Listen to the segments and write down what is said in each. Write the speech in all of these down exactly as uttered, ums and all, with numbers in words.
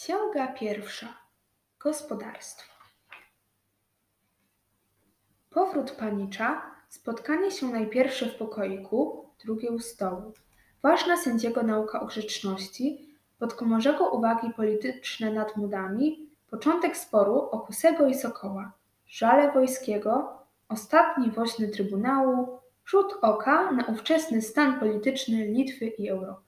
Księga pierwsza. Gospodarstwo. Powrót panicza, spotkanie się najpierwsze w pokoiku, drugie u stołu. Ważna sędziego nauka o grzeczności, podkomorzego uwagi polityczne nad mudami, początek sporu o Kusego i Sokoła, żale Wojskiego, ostatni woźny Trybunału, rzut oka na ówczesny stan polityczny Litwy i Europy.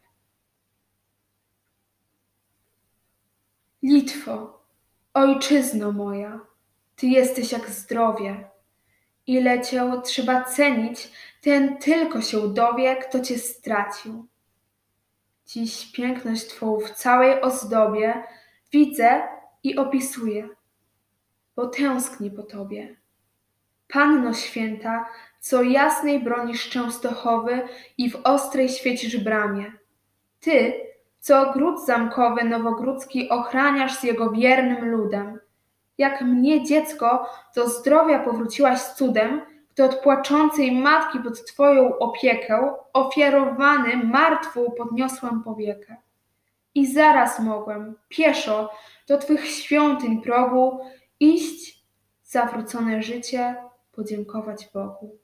Litwo, ojczyzno moja, ty jesteś jak zdrowie. Ile cię trzeba cenić, ten tylko się dowie, kto cię stracił. Dziś piękność twą w całej ozdobie widzę i opisuję, bo tęsknię po tobie. Panno święta, co jasnej bronisz Częstochowy i w ostrej świecisz bramie. Ty, co gród zamkowy nowogródzki ochraniasz z jego wiernym ludem. Jak mnie dziecko do zdrowia powróciłaś z cudem, gdy od płaczącej matki pod twoją opiekę, ofiarowany martwą podniosłem powiekę. I zaraz mogłem, pieszo, do twych świątyń progu iść, zawrócone życie podziękować Bogu.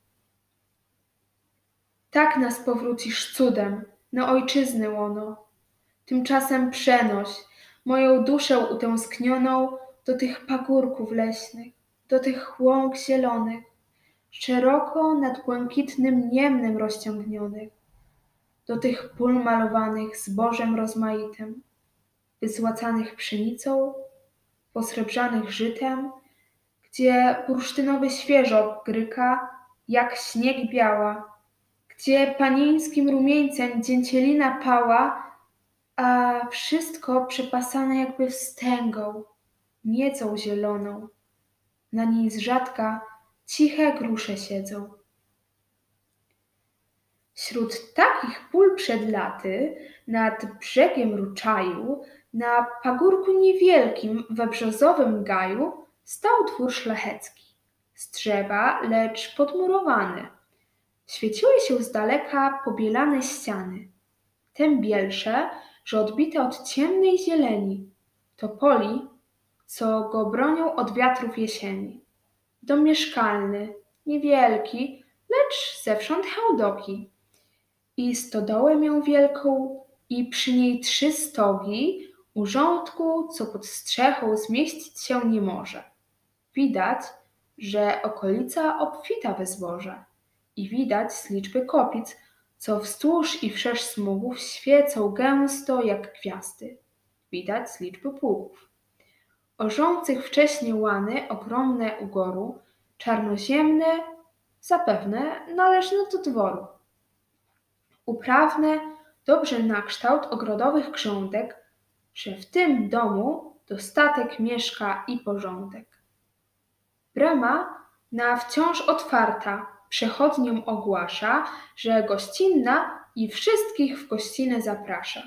Tak nas powrócisz cudem, na ojczyznę łono. Tymczasem przenoś moją duszę utęsknioną do tych pagórków leśnych, do tych łąk zielonych, szeroko nad błękitnym niemnem rozciągnionych, do tych pól malowanych zbożem rozmaitym, wyzłacanych pszenicą, posrebrzanych żytem, gdzie bursztynowy świeżo gryka, jak śnieg biała, gdzie panieńskim rumieńcem dzięcielina pała, a wszystko przepasane jakby wstęgą, miedzą zieloną. Na niej zrzadka ciche grusze siedzą. Wśród takich pól przed laty, nad brzegiem ruczaju, na pagórku niewielkim we brzozowym gaju, stał dwór szlachecki, z drzewa, lecz podmurowany. Świeciły się z daleka pobielane ściany, tem bielsze, że odbite od ciemnej zieleni, topoli, co go bronią od wiatrów jesieni. Dom mieszkalny, niewielki, lecz zewsząd chełdoki. I stodołę miał wielką, i przy niej trzy stogi, urządku, co pod strzechą zmieścić się nie może. Widać, że okolica obfita we zboże. I widać z liczby kopic, co wzdłuż i wszerz smugów świecą gęsto jak gwiazdy. Widać z liczby pługów. Orzących wcześnie łany ogromne u goru, czarnoziemne, zapewne należne do dworu. Uprawne, dobrze na kształt ogrodowych grządek, że w tym domu dostatek mieszka i porządek. Brama na wciąż otwarta przechodniom ogłasza, że gościnna i wszystkich w gościnę zaprasza.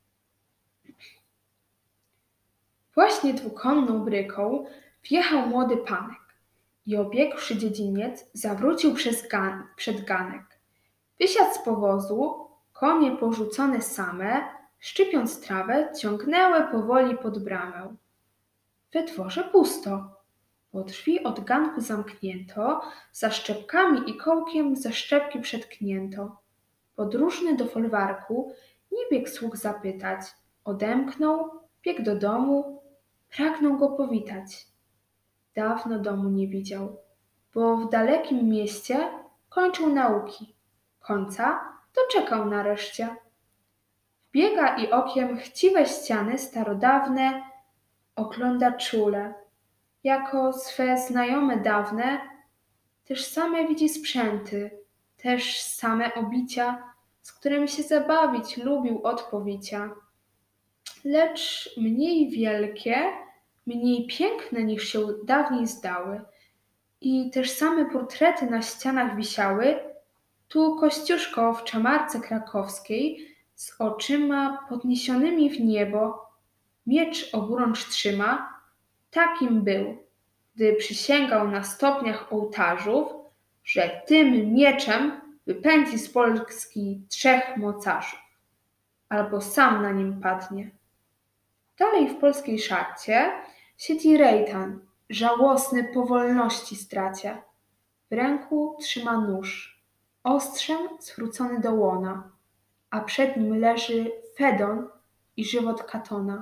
Właśnie dwukonną bryką wjechał młody panek i obiegłszy dziedziniec zawrócił przez gan- przed ganek. Wysiadł z powozu, konie porzucone same, szczypiąc trawę, ciągnęły powoli pod bramę. We dworze pusto. Po drzwi od ganku zamknięto, za szczepkami i kołkiem za szczepki przetknięto. Podróżny do folwarku nie biegł sług zapytać, odemknął, biegł do domu, pragnął go powitać. Dawno domu nie widział, bo w dalekim mieście kończył nauki. Końca doczekał nareszcie. Wbiega i okiem chciwe ściany starodawne ogląda czule. Jako swe znajome dawne, też same widzi sprzęty, też same obicia, z którymi się zabawić lubił od powicia. Lecz mniej wielkie, mniej piękne niż się dawniej zdały. I też same portrety na ścianach wisiały. Tu Kościuszko w czamarce krakowskiej z oczyma podniesionymi w niebo, miecz oburącz trzyma, takim był, gdy przysięgał na stopniach ołtarzów, że tym mieczem wypędzi z Polski trzech mocarzów, albo sam na nim padnie. Dalej w polskiej szacie siedzi Rejtan, żałosny po wolności stracie. W ręku trzyma nóż, ostrzem zwrócony do łona, a przed nim leży Fedon i żywot Katona.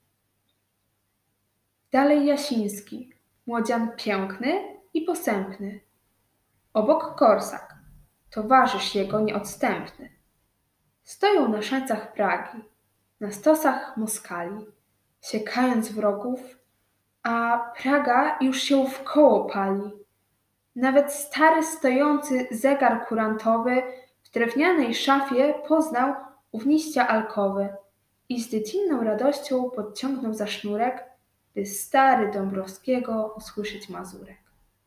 Dalej Jasiński, młodzian piękny i posępny. Obok Korsak, towarzysz jego nieodstępny. Stoją na szańcach Pragi, na stosach Moskali, siekając wrogów, a Praga już się wkoło pali. Nawet stary stojący zegar kurantowy w drewnianej szafie poznał ówniście alkowy i z dziecinną radością podciągnął za sznurek, by stary Dąbrowskiego usłyszeć mazurek.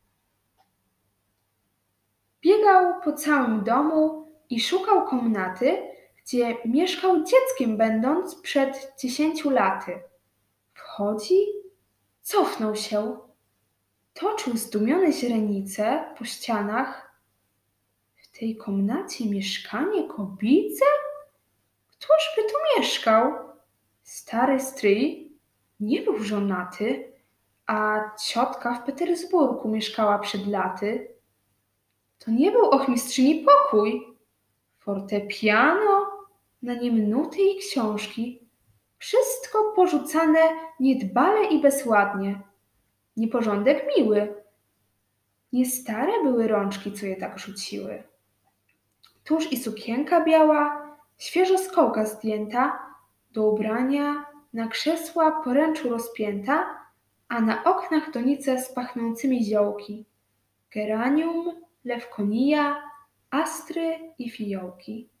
Biegał po całym domu i szukał komnaty, gdzie mieszkał dzieckiem będąc przed dziesięciu laty. Wchodzi, cofnął się, toczył zdumione źrenice po ścianach. W tej komnacie mieszkanie kobice? Któż by tu mieszkał? Stary stryj nie był żonaty, a ciotka w Petersburgu mieszkała przed laty. To nie był ochmistrzyni pokój. Fortepiano, na nim nuty i książki. Wszystko porzucane niedbale i bezładnie. Nieporządek miły. Nie stare były rączki, co je tak rzuciły. Tuż i sukienka biała, świeżo z kołka zdjęta, do ubrania na krzesła poręczu rozpięta, a na oknach donice z pachnącymi ziołki. Geranium, lewkonija, astry i fiołki.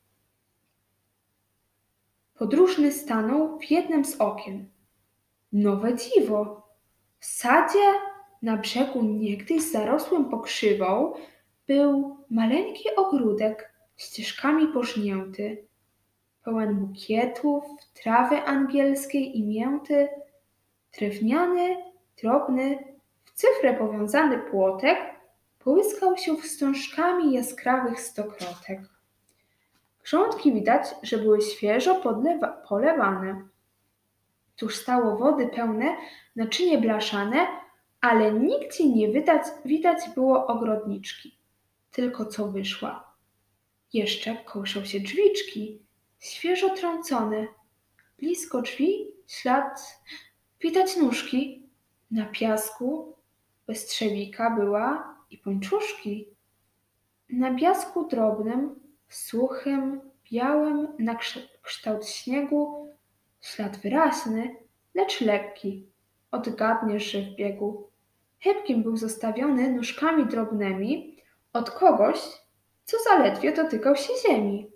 Podróżny stanął w jednym z okien. Nowe dziwo! W sadzie na brzegu niegdyś zarosłym pokrzywą był maleńki ogródek ścieżkami pożnięty, pełen bukietów, trawy angielskiej i mięty, drewniany, drobny, w cyfrę powiązany płotek połyskał się wstążkami jaskrawych stokrotek. Grządki widać, że były świeżo podlewa- polewane. Tuż stało wody pełne naczynie blaszane, ale nigdzie nie widać, widać było ogrodniczki. Tylko co wyszła. Jeszcze kołyszą się drzwiczki, świeżo trącone. Blisko drzwi ślad, widać nóżki. Na piasku bez trzewika była i pończuszki. Na piasku drobnym, suchym, białym, na kształt śniegu, ślad wyraźny, lecz lekki. Odgadniesz, że w biegu. Chybkiem był zostawiony nóżkami drobnymi od kogoś, co zaledwie dotykał się ziemi.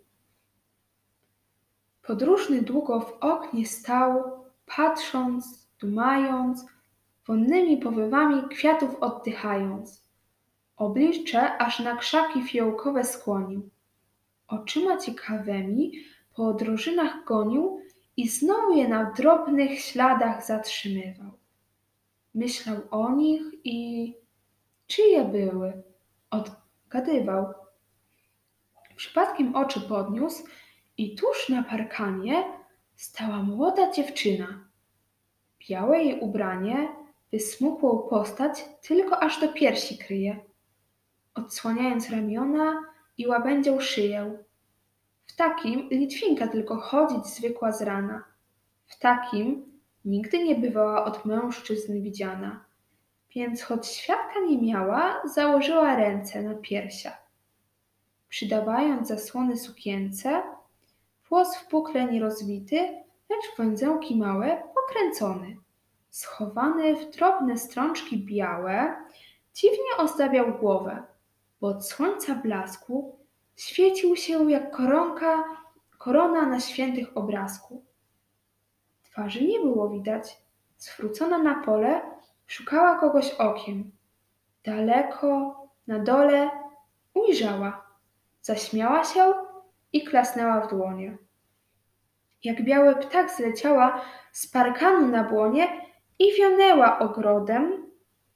Podróżny długo w oknie stał, patrząc, dumając, wonnymi powywami kwiatów oddychając. Oblicze aż na krzaki fiołkowe skłonił. Oczyma ciekawymi po drożynach gonił i znowu je na drobnych śladach zatrzymywał. Myślał o nich i czyje były, odgadywał. Przypadkiem oczy podniósł i tuż na parkanie stała młoda dziewczyna. Białe jej ubranie wysmukłą postać tylko aż do piersi kryje, odsłaniając ramiona i łabędzią szyję. W takim Litwinka tylko chodzić zwykła z rana. W takim nigdy nie bywała od mężczyzn widziana. Więc choć świadka nie miała, założyła ręce na piersiach. Przydawając zasłony sukience, włos w pukle nierozwity, lecz węzełki małe pokręcony. Schowany w drobne strączki białe, dziwnie ozdabiał głowę, bo od słońca blasku świecił się jak koronka, korona na świętych obrazku. Twarzy nie było widać. Zwrócona na pole, szukała kogoś okiem. Daleko, na dole ujrzała. Zaśmiała się i klasnęła w dłonie. Jak biały ptak zleciała z parkanu na błonie i wionęła ogrodem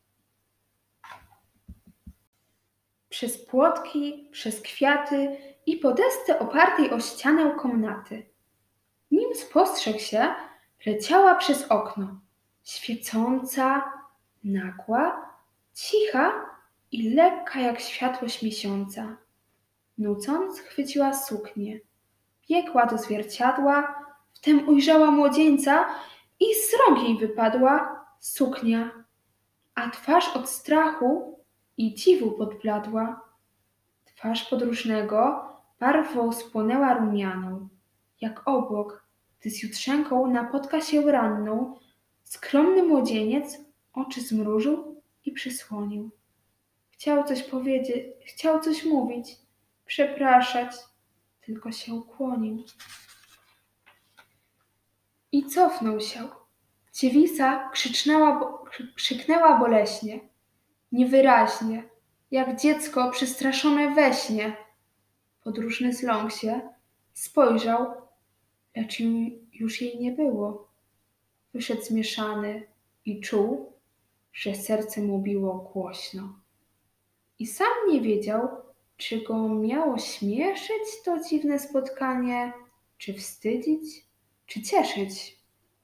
przez płotki, przez kwiaty i po desce opartej o ścianę komnaty. Nim spostrzegł się, leciała przez okno, świecąca, nagła, cicha i lekka jak światłość miesiąca. Nucąc chwyciła suknię, biegła do zwierciadła, wtem ujrzała młodzieńca i z rąk jej wypadła suknia, a twarz od strachu i dziwu podbladła. Twarz podróżnego barwą spłonęła rumianą, jak obłok, gdy z jutrzenką napotka się ranną. Skromny młodzieniec oczy zmrużył i przysłonił. Chciał coś powiedzieć, chciał coś mówić, przepraszać, tylko się ukłonił. I cofnął się. Dziewica krzycznęła, bo, krzyknęła boleśnie, niewyraźnie, jak dziecko przestraszone we śnie. Podróżny zląkł się, spojrzał, lecz już jej nie było. Wyszedł zmieszany i czuł, że serce mu biło głośno. I sam nie wiedział, czy go miało śmieszyć to dziwne spotkanie, czy wstydzić, czy cieszyć.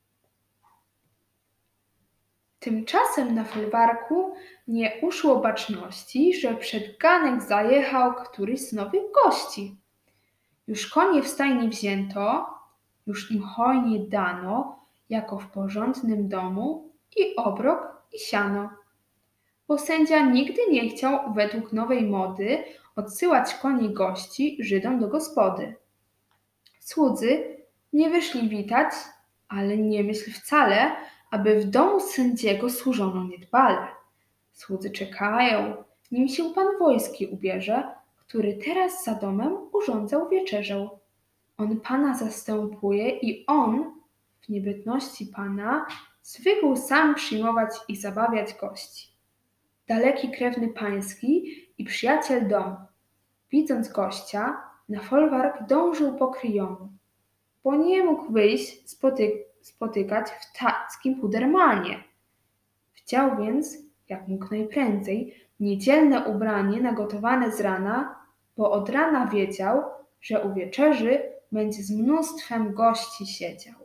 Tymczasem na folwarku nie uszło baczności, że przed ganek zajechał któryś z nowych gości. Już konie w stajni wzięto, już im hojnie dano, jako w porządnym domu, i obrok, i siano. Bo sędzia nigdy nie chciał według nowej mody odsyłać koni gości Żydom do gospody. Słudzy nie wyszli witać, ale nie myśl wcale, aby w domu sędziego służono niedbale. Słudzy czekają, nim się pan wojski ubierze, który teraz za domem urządzał wieczerzę. On pana zastępuje i on, w niebytności pana, zwykł sam przyjmować i zabawiać gości. Daleki krewny pański i przyjaciel domu, widząc gościa, na folwark dążył po kryjomu, bo nie mógł wyjść spoty- spotykać w tackim pudermanie. Chciał więc, jak mógł najprędzej, niedzielne ubranie nagotowane z rana, bo od rana wiedział, że u wieczerzy będzie z mnóstwem gości siedział.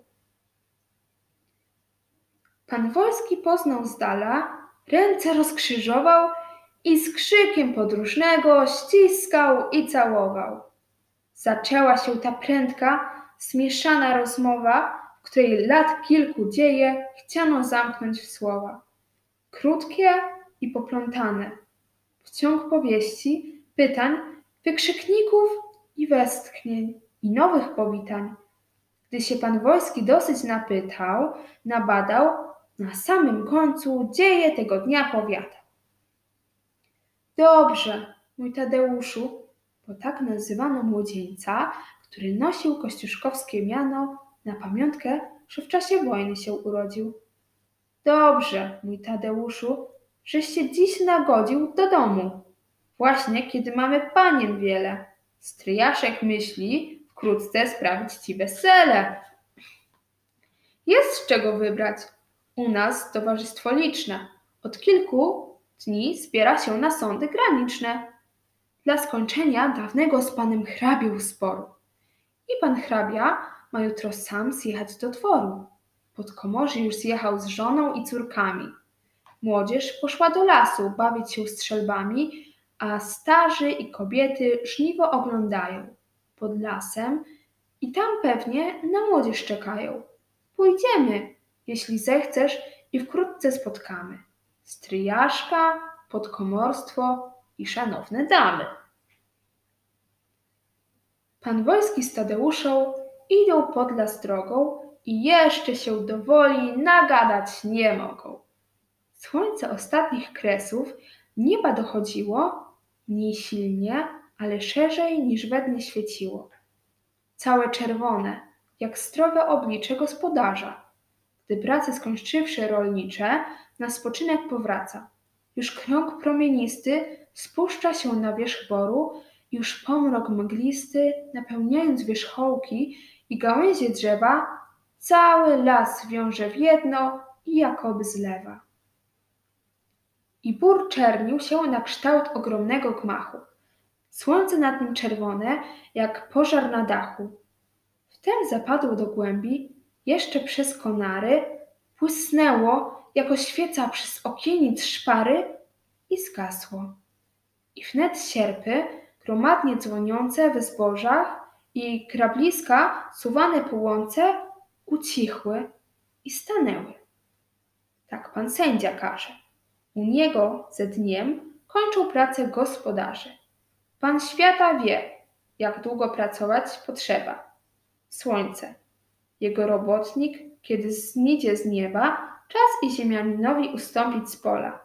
Pan wojski poznał z dala, ręce rozkrzyżował i z krzykiem podróżnego ściskał i całował. Zaczęła się ta prędka, zmieszana rozmowa, w której lat kilku dzieje chciano zamknąć w słowa. Krótkie i poplątane, w ciąg powieści, pytań, wykrzykników i westchnień i nowych powitań. Gdy się pan wojski dosyć napytał, nabadał, na samym końcu dzieje tego dnia powiadał. Dobrze, mój Tadeuszu, bo tak nazywano młodzieńca, który nosił kościuszkowskie miano na pamiątkę, że w czasie wojny się urodził. Dobrze, mój Tadeuszu, żeś się dziś nagodził do domu. Właśnie kiedy mamy panien wiele. Stryjaszek myśli wkrótce sprawić ci wesele. Jest z czego wybrać. U nas towarzystwo liczne. Od kilku dni zbiera się na sądy graniczne. Dla skończenia dawnego z panem hrabią sporu. I pan hrabia ma jutro sam zjechać do dworu. Podkomorzy już zjechał z żoną i córkami. Młodzież poszła do lasu bawić się strzelbami, a starzy i kobiety żniwo oglądają pod lasem i tam pewnie na młodzież czekają. Pójdziemy, jeśli zechcesz, i wkrótce spotkamy stryjaszka, podkomorstwo i szanowne damy. Pan wojski z Tadeuszą idą pod las drogą i jeszcze się do woli nagadać nie mogą. Słońce ostatnich kresów nieba dochodziło, mniej silnie, ale szerzej niż we dnie świeciło. Całe czerwone, jak zdrowe oblicze gospodarza. Gdy prace skończywszy rolnicze, na spoczynek powraca. Już krąg promienisty spuszcza się na wierzch boru, już pomrok mglisty, napełniając wierzchołki i gałęzie drzewa, cały las wiąże w jedno i jakoby zlewa. I bór czernił się na kształt ogromnego gmachu. Słońce nad nim czerwone, jak pożar na dachu. Wtem zapadło do głębi jeszcze przez konary, błysnęło jako świeca przez okienic szpary i zgasło. I wnet sierpy, gromadnie dzwoniące we zbożach i grabliska suwane po łące, ucichły i stanęły. Tak pan sędzia każe. U niego ze dniem kończą pracę gospodarze. Pan świata wie, jak długo pracować potrzeba. Słońce, jego robotnik, kiedy znidzie z nieba, czas i ziemianinowi ustąpić z pola.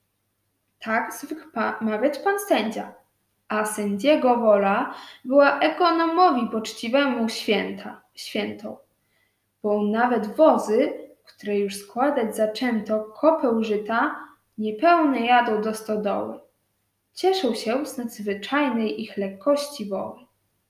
Tak zwykł pa- mawiać pan sędzia, a sędziego wola była ekonomowi poczciwemu święta, świętą, bo nawet wozy, które już składać zaczęto kopeł żyta, niepełne jadą do stodoły. Cieszą się z nadzwyczajnej ich lekkości woły.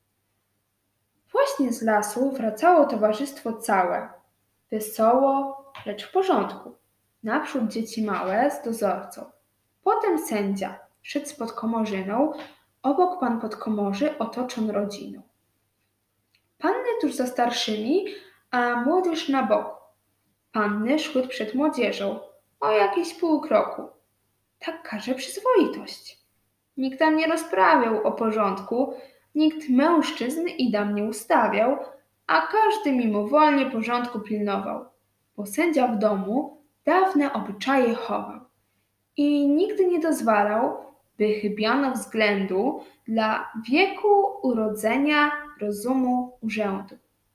Właśnie z lasu wracało towarzystwo całe, wesoło, lecz w porządku. Naprzód dzieci małe z dozorcą. Potem sędzia szedł z podkomorzyną, obok pan podkomorzy otoczon rodziną. Panny tuż za starszymi, a młodzież na boku. Panny szły przed młodzieżą o jakieś pół kroku. Tak każe przyzwoitość. Nikt tam nie rozprawiał o porządku, nikt mężczyzn i dam nie ustawiał, a każdy mimowolnie porządku pilnował, bo sędzia w domu dawne obyczaje chował i nigdy nie dozwalał, by chybiano względu dla wieku, urodzenia, rozumu, urzędu.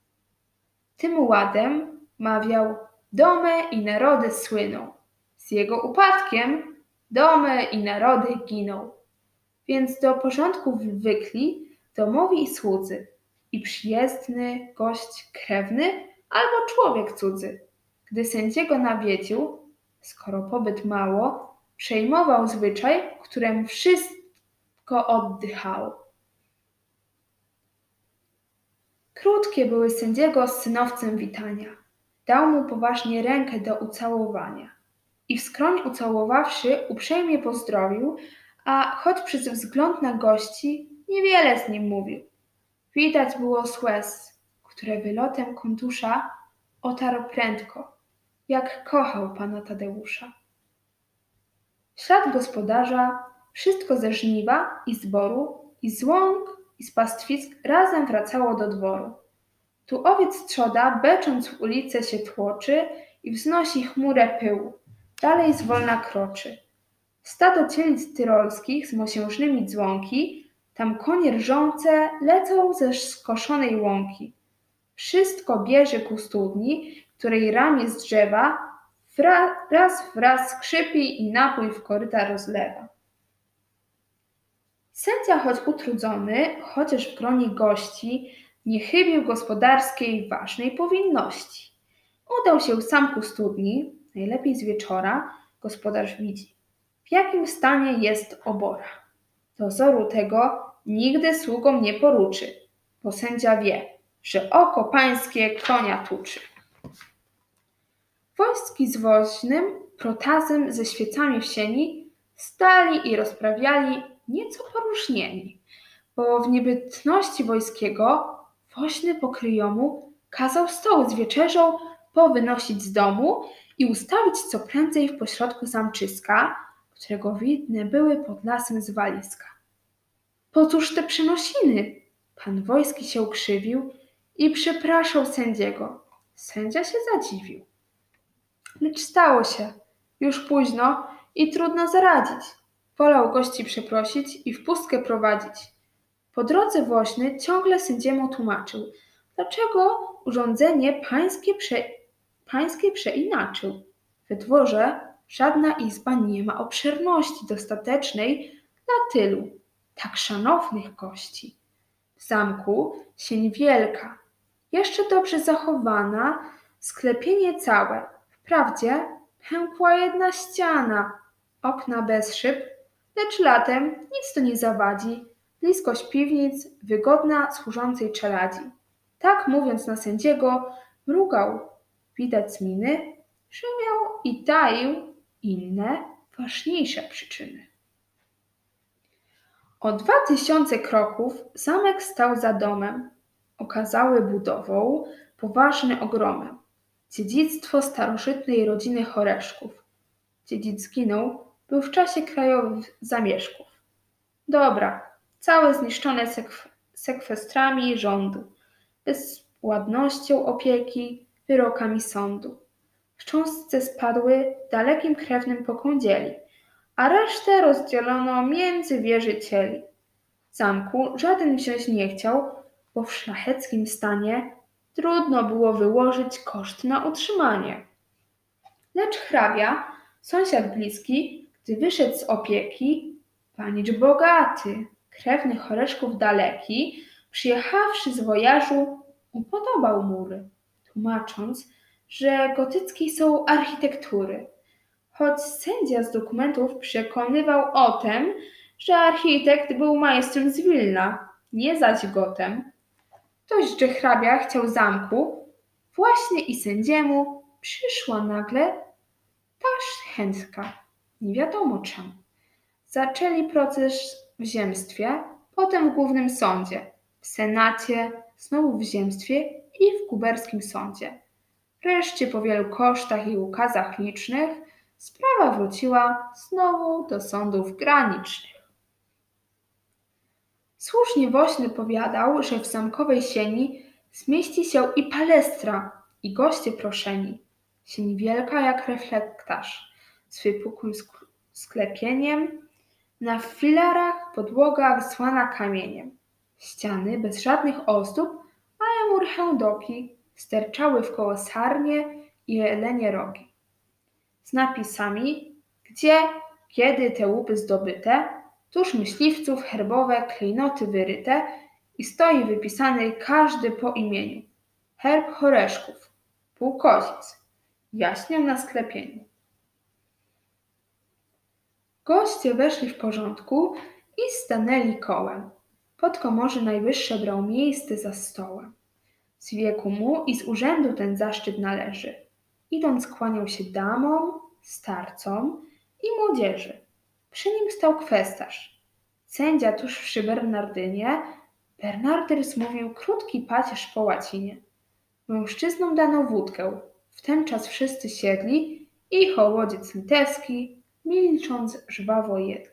Tym ładem mawiał, domy i narody słyną, z jego upadkiem domy i narody giną. Więc do porządku wykli domowi i słudzy, i przyjezdny, gość krewny, albo człowiek cudzy. Gdy sędziego nawiedził, skoro pobyt mało, przejmował zwyczaj, którym wszystko oddychało. Krótkie były sędziego z synowcem witania. Dał mu poważnie rękę do ucałowania. I w skroń ucałowawszy, uprzejmie pozdrowił, a choć przez wzgląd na gości niewiele z nim mówił. Widać było z łez, które wylotem kontusza otarł prędko, jak kochał pana Tadeusza. Ślad gospodarza, wszystko ze żniwa i zboru, i z łąk, i z pastwisk razem wracało do dworu. Tu owiec trzoda, becząc w ulicę się tłoczy i wznosi chmurę pyłu, dalej zwolna kroczy. Stado cielic tyrolskich z mosiężnymi dzwonki, tam konie rżące lecą ze skoszonej łąki. Wszystko bierze ku studni, której ramię z drzewa wra, raz wraz skrzypi i napój w koryta rozlewa. Sędzia choć utrudzony, chociaż w gronie gości, nie chybił gospodarskiej ważnej powinności. Udał się sam ku studni, najlepiej z wieczora, gospodarz widzi, w jakim stanie jest obora. Dozoru tego nigdy sługom nie poruczy, bo sędzia wie, że oko pańskie konia tuczy. Wojski z woźnym, protazem ze świecami w sieni stali i rozprawiali nieco poróżnieni, bo w niebytności wojskiego woźny pokryjomu kazał stoły z wieczerzą powynosić z domu i ustawić co prędzej w pośrodku zamczyska, którego widne były pod lasem zwaliska. Po cóż te przenosiny? Pan wojski się ukrzywił i przepraszał sędziego. Sędzia się zadziwił. Lecz stało się, już późno i trudno zaradzić. Wolał gości przeprosić i w pustkę prowadzić. Po drodze woźny ciągle sędziemu tłumaczył, dlaczego urządzenie pańskie, prze, pańskie przeinaczył. We dworze żadna izba nie ma obszerności dostatecznej dla tylu tak szanownych gości. W zamku sień wielka, jeszcze dobrze zachowana, sklepienie całe. Wprawdzie pękła jedna ściana, okna bez szyb, lecz latem nic to nie zawadzi. Bliskość piwnic wygodna służącej czeladzi. Tak mówiąc na sędziego, mrugał. Widać z miny, że miał i taił inne, ważniejsze przyczyny. O dwa tysiące kroków zamek stał za domem, okazały budową, poważny ogromem. Dziedzictwo starożytnej rodziny Horeszków. Dziedzic zginął, był w czasie krajowych zamieszków. Dobra, całe zniszczone sekw- sekwestrami rządu, bezładnością opieki, wyrokami sądu. Cząstce spadły dalekim krewnym po kądzieli, a resztę rozdzielono między wierzycieli. Zamku żaden wziąć nie chciał, bo w szlacheckim stanie trudno było wyłożyć koszt na utrzymanie. Lecz hrabia, sąsiad bliski, gdy wyszedł z opieki, panicz bogaty, krewny Horeszków daleki, przyjechawszy z wojażu, upodobał mury, tłumacząc, że gotyckiej są architektury. Choć sędzia z dokumentów przekonywał o tem, że architekt był majstrem z Wilna, nie zaś Gotem. Dość, że hrabia chciał zamku, właśnie i sędziemu przyszła nagle taż chętka, nie wiadomo czemu. Zaczęli proces w ziemstwie, potem w głównym sądzie, w senacie, znowu w ziemstwie i w guberskim sądzie. Wreszcie po wielu kosztach i ukazach licznych sprawa wróciła znowu do sądów granicznych. Słusznie Woźny powiadał, że w zamkowej sieni zmieści się i palestra, i goście proszeni. Sień wielka jak reflektarz, z wypukłym sk- sklepieniem, na filarach podłoga wysłana kamieniem. Ściany bez żadnych ozdób, ale mur doki, sterczały wkoło sarnie i jelenie rogi. Z napisami, gdzie, kiedy te łupy zdobyte, tuż myśliwców herbowe klejnoty wyryte i stoi wypisany każdy po imieniu. Herb Horeszków, półkozic, jaśniał na sklepieniu. Goście weszli w porządku i stanęli kołem. Podkomorzy najwyższe brał miejsce za stołem. Z wieku mu i z urzędu ten zaszczyt należy. Idąc kłaniał się damom, starcom i młodzieży. Przy nim stał kwestarz. Sędzia tuż przy Bernardynie, Bernardys mówił krótki pacierz po łacinie. Mężczyznom dano wódkę, w ten czas wszyscy siedli i hołodziec litewski, milcząc żwawo jedli.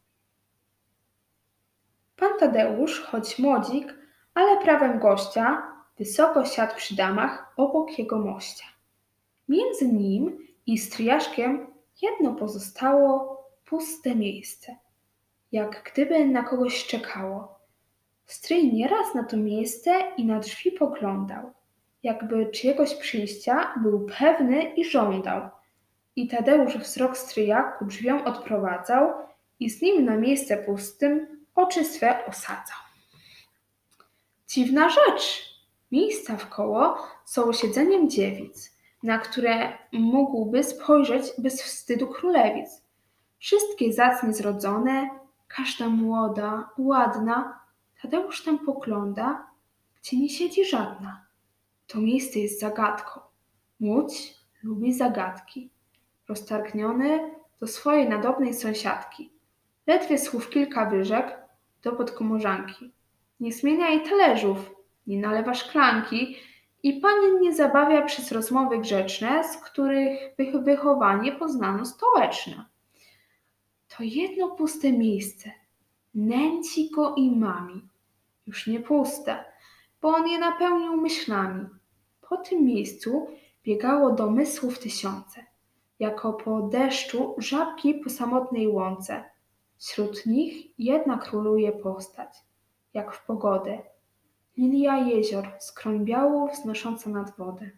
Pan Tadeusz, choć młodzik, ale prawem gościa, wysoko siadł przy damach obok jego mościa. Między nim i stryjaszkiem jedno pozostało puste miejsce, jak gdyby na kogoś czekało. Stryj nieraz na to miejsce i na drzwi poglądał, jakby czyjegoś przyjścia był pewny i żądał. I Tadeusz wzrok stryja ku drzwiom odprowadzał i z nim na miejsce pustym oczy swe osadzał. Dziwna rzecz! Miejsca wkoło są siedzeniem dziewic, na które mógłby spojrzeć bez wstydu królewic. Wszystkie zacnie zrodzone, każda młoda, ładna, Tadeusz tam pogląda, gdzie nie siedzi żadna. To miejsce jest zagadką. Łódź lubi zagadki. Roztargniony do swojej nadobnej sąsiadki. Ledwie słów kilka wyrzekł do podkomorzanki. Nie zmienia jej talerzów, nie nalewa szklanki i panien nie zabawia przez rozmowy grzeczne, z których wychowanie poznano stołeczne. To jedno puste miejsce. Nęci go i mami. Już nie puste, bo on je napełnił myślami. Po tym miejscu biegało domysłów tysiące, jako po deszczu żabki po samotnej łące. Wśród nich jedna króluje postać, jak w pogodę. Lilia jezior, skroń białą wznosząca nad wodę.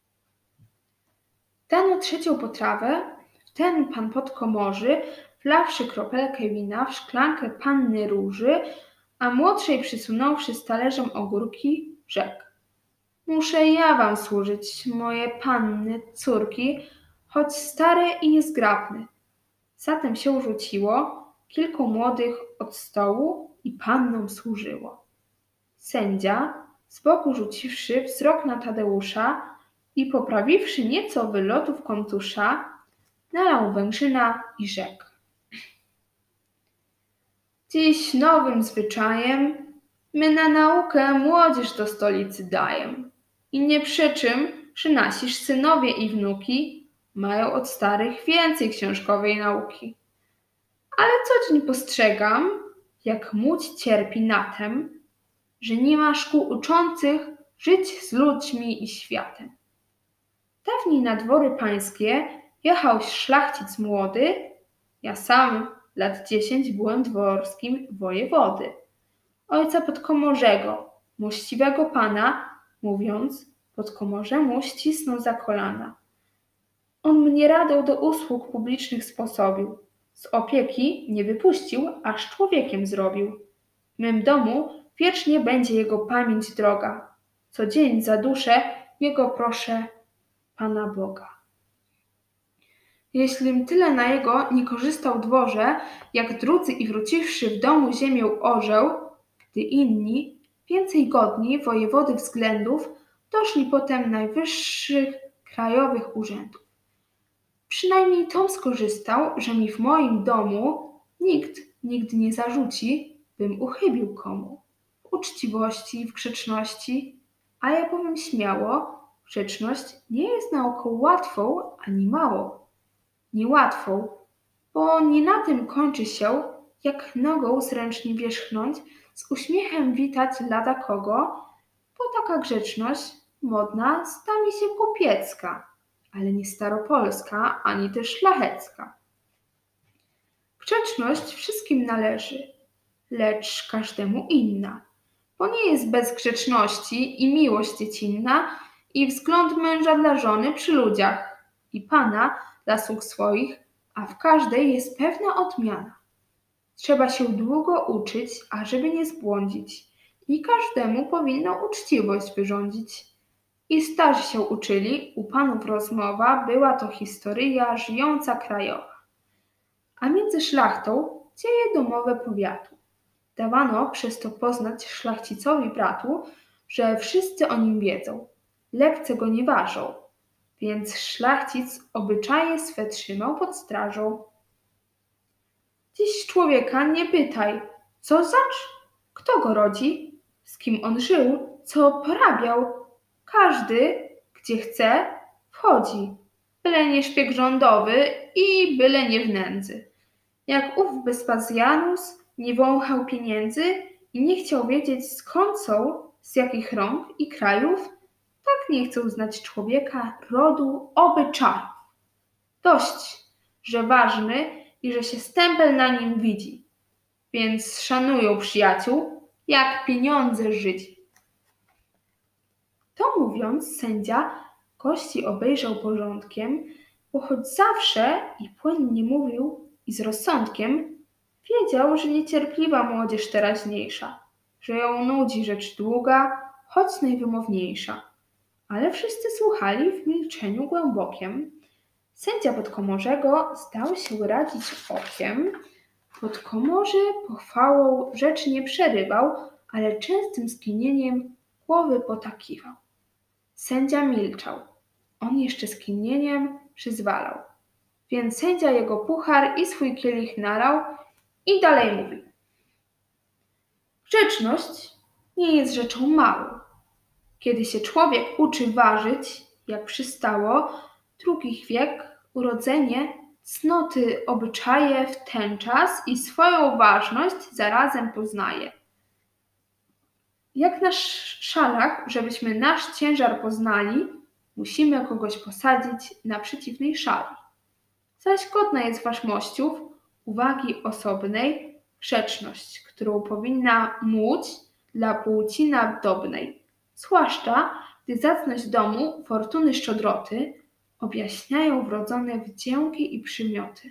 Dano trzecią potrawę, w ten pan podkomorzy, wlawszy kropelkę wina w szklankę panny róży, a młodszej przysunąwszy z talerzem ogórki, rzekł: Muszę ja wam służyć, moje panny, córki, choć stary i niezgrabny. Zatem się rzuciło, kilku młodych od stołu i pannom służyło. Sędzia, z boku rzuciwszy wzrok na Tadeusza i poprawiwszy nieco wylotów kontusza, nalał węgrzyna i rzekł: Dziś nowym zwyczajem my na naukę młodzież do stolicy dajem. I nie przeczym, że nasi synowie i wnuki mają od starych więcej książkowej nauki. Ale co dzień postrzegam, jak młódź cierpi na tem, że nie ma szkół uczących żyć z ludźmi i światem. Dawniej na dwory pańskie jechał szlachcic młody, ja sam lat dziesięć byłem dworskim wojewody. Ojca podkomorzego, mościwego pana, mówiąc, podkomorze mu ścisnął za kolana. On mnie radę do usług publicznych sposobił, z opieki nie wypuścił, aż człowiekiem zrobił. W mym domu wiecznie będzie jego pamięć droga. Co dzień za duszę jego proszę Pana Boga. Jeślim tyle na jego nie korzystał dworze, jak drudzy i wróciwszy w domu ziemię orzeł, gdy inni, więcej godni wojewody względów, doszli potem najwyższych krajowych urzędów. Przynajmniej tom skorzystał, że mi w moim domu nikt nigdy nie zarzuci, bym uchybił komu. W uczciwości, w grzeczności, a ja powiem śmiało, grzeczność nie jest nauką łatwą ani małą. Niełatwą, bo nie na tym kończy się, jak nogą zręcznie wierzchnąć, z uśmiechem witać lada kogo, bo taka grzeczność modna sta mi się kupiecka, ale nie staropolska, ani też szlachecka. Grzeczność wszystkim należy, lecz każdemu inna, bo nie jest bez grzeczności i miłość dziecinna, i wzgląd męża dla żony przy ludziach, i pana dla sług swoich, a w każdej jest pewna odmiana. Trzeba się długo uczyć, ażeby nie zbłądzić, i każdemu powinno uczciwość wyrządzić. I starzy się uczyli, u panów rozmowa była to historyja żyjąca krajowa. A między szlachtą dzieje domowe powiatu. Dawano przez to poznać szlachcicowi bratu, że wszyscy o nim wiedzą, lekce go nie ważą, więc szlachcic obyczaje swe trzymał pod strażą. Dziś człowieka nie pytaj, co zacz, kto go rodzi, z kim on żył, co porabiał. Każdy, gdzie chce, wchodzi, byle nie szpieg rządowy i byle nie w nędzy. Jak ów Wespazjanus nie wąchał pieniędzy i nie chciał wiedzieć, skąd są, z jakich rąk i krajów, tak nie chcą znać człowieka, rodu, obyczajów. Dość, że ważny i że się stempel na nim widzi, więc szanują przyjaciół, jak pieniądze Żydzi. To mówiąc, sędzia gości obejrzał porządkiem, bo choć zawsze i płynnie mówił i z rozsądkiem, wiedział, że niecierpliwa młodzież teraźniejsza, że ją nudzi rzecz długa, choć najwymowniejsza. Ale wszyscy słuchali w milczeniu głębokiem. Sędzia podkomorzego zdał się radzić okiem. Podkomorze pochwałą rzecz nie przerywał, ale częstym skinieniem głowy potakiwał. Sędzia milczał. On jeszcze skinieniem przyzwalał. Więc sędzia jego puchar i swój kielich nalał i dalej mówił. Grzeczność nie jest rzeczą małą. Kiedy się człowiek uczy ważyć, jak przystało, drugich wiek, urodzenie, cnoty, obyczaje w ten czas i swoją ważność zarazem poznaje. Jak na szalach, żebyśmy nasz ciężar poznali, musimy kogoś posadzić na przeciwnej szali. Zaś godna jest waszmościów, uwagi osobnej, grzeczność, którą powinna młódź dla płci nadobnej, zwłaszcza gdy zacność domu, fortuny szczodroty objaśniają wrodzone wdzięki i przymioty.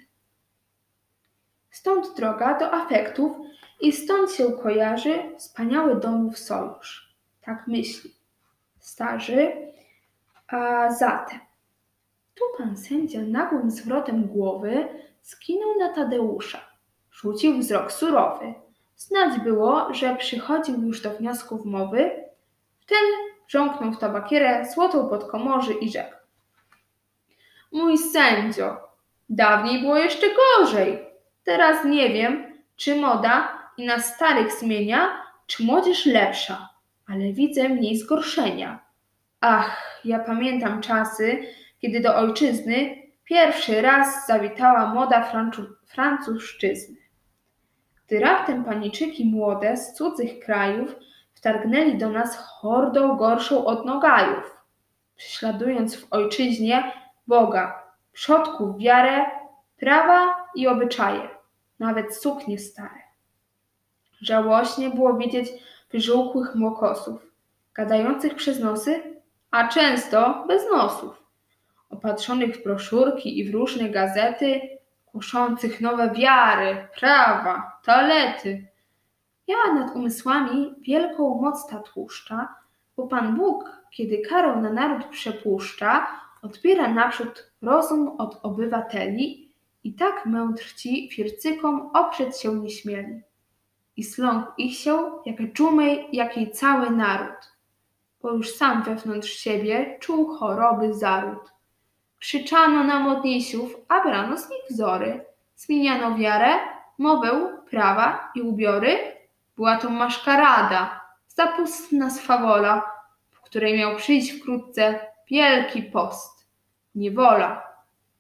Stąd droga do afektów i stąd się kojarzy wspaniały domów sojusz. Tak myśli starzy. A zatem tu pan sędzia nagłym zwrotem głowy skinął na Tadeusza. Rzucił wzrok surowy. Znać było, że przychodził już do wniosków mowy. Wtem wrząknął w tabakierę złotą podkomorzy i rzekł. Mój sędzio, dawniej było jeszcze gorzej. Teraz nie wiem, czy moda i na starych zmienia, czy młodzież lepsza, ale widzę mniej zgorszenia. Ach, ja pamiętam czasy, kiedy do ojczyzny pierwszy raz zawitała młoda Francu- Francuszczyzny. Gdy raptem paniczyki młode z cudzych krajów wtargnęli do nas hordą gorszą od nogajów, prześladując w ojczyźnie Boga, przodków wiarę, prawa i obyczaje, nawet suknie stare. Żałośnie było widzieć wyżółkłych młokosów, gadających przez nosy, a często bez nosów, opatrzonych w broszurki i w różne gazety, głoszących nowe wiary, prawa, toalety. Miała nad umysłami wielką moc ta tłuszcza, bo Pan Bóg, kiedy karę na naród przepuszcza, odbiera naprzód rozum od obywateli i tak mędrci fircykom oprzeć się nie śmieli. I sląkł ich się, jak dżumej, jakiej cały naród, bo już sam wewnątrz siebie czuł choroby zaród. Krzyczano na modlisiów, a brano z nich wzory. Zmieniano wiarę, mowę, prawa i ubiory. Była to maszkarada, zapustna swawola, po której miał przyjść wkrótce wielki post. Niewola.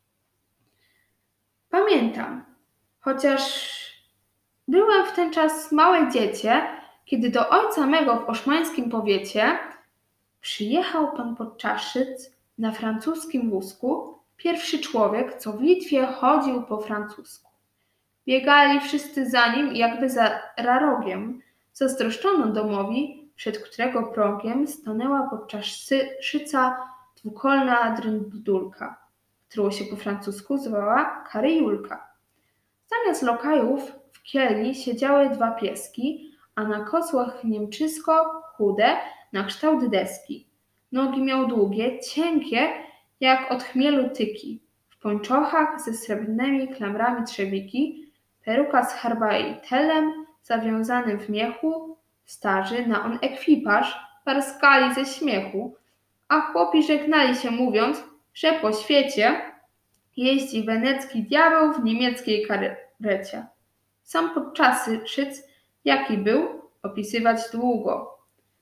Pamiętam, chociaż byłem w ten czas małe dziecię, kiedy do ojca mego w oszmańskim powiecie przyjechał pan Podczaszyc na francuskim wózku, pierwszy człowiek, co w Litwie chodził po francusku. Biegali wszyscy za nim jakby za rarogiem. Zazdroszczono domowi, przed którego progiem stanęła Podczaszyca dwukolna dryndulka, którą się po francusku zwała Karyjulka. Zamiast lokajów w kieli siedziały dwa pieski, a na kozłach niemczysko chude na kształt deski. Nogi miał długie, cienkie, jak od chmielu tyki. W pończochach ze srebrnymi klamrami trzewiki, peruka z harbajtelem zawiązanym w miechu, starzy na on ekwipaż parskali ze śmiechu, a chłopi żegnali się mówiąc, że po świecie jeździ wenecki diabeł w niemieckiej karecie. Sam Podczaszyc, jaki był, opisywać długo.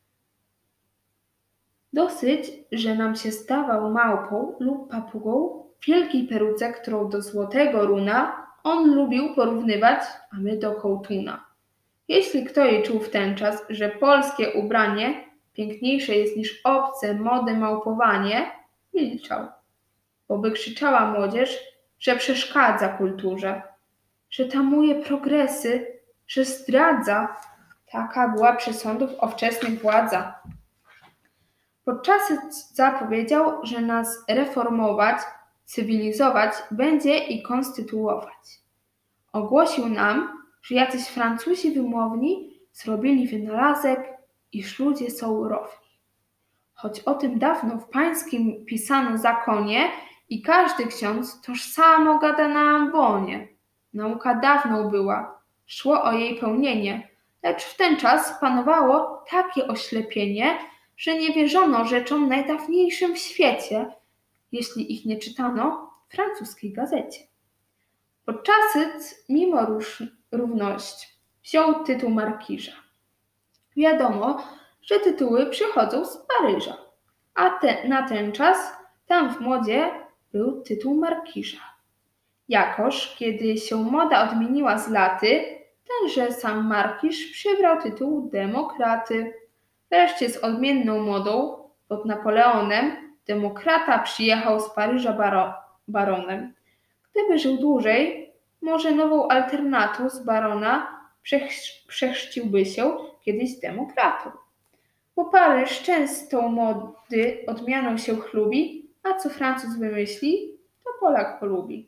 Dosyć, że nam się zdawał małpą lub papugą w wielkiej peruce, którą do złotego runa on lubił porównywać, a my do kołtuna. Jeśli kto jej czuł w ten czas, że polskie ubranie piękniejsze jest niż obce mody małpowanie, milczał, bo by krzyczała młodzież, że przeszkadza kulturze, że tamuje progresy, że zdradza. Taka była przesądów ówczesnych władza. Podczasy zapowiedział, że nas reformować, cywilizować będzie i konstytuować. Ogłosił nam, że jacyś Francuzi wymowni zrobili wynalazek, iż ludzie są równi. Choć o tym dawno w pańskim pisano zakonie i każdy ksiądz tożsamo gada na ambonie. Nauka dawną była, szło o jej pełnienie, lecz w ten czas panowało takie oślepienie, że nie wierzono rzeczom najdawniejszym w świecie, jeśli ich nie czytano w francuskiej gazecie. Podczasy, mimo róż, równości, wziął tytuł markiża. Wiadomo, że tytuły przychodzą z Paryża, a te, na ten czas tam w modzie był tytuł markiża. Jakoż, kiedy się moda odmieniła z laty, tenże sam markiż przybrał tytuł demokraty. Wreszcie z odmienną modą, pod Napoleonem, demokrata przyjechał z Paryża baro, baronem. Gdyby żył dłużej, może nową alternatą z barona przechrzciłby się kiedyś demokratą. Bo Paryż często mody odmianą się chlubi, a co Francuz wymyśli, to Polak polubi.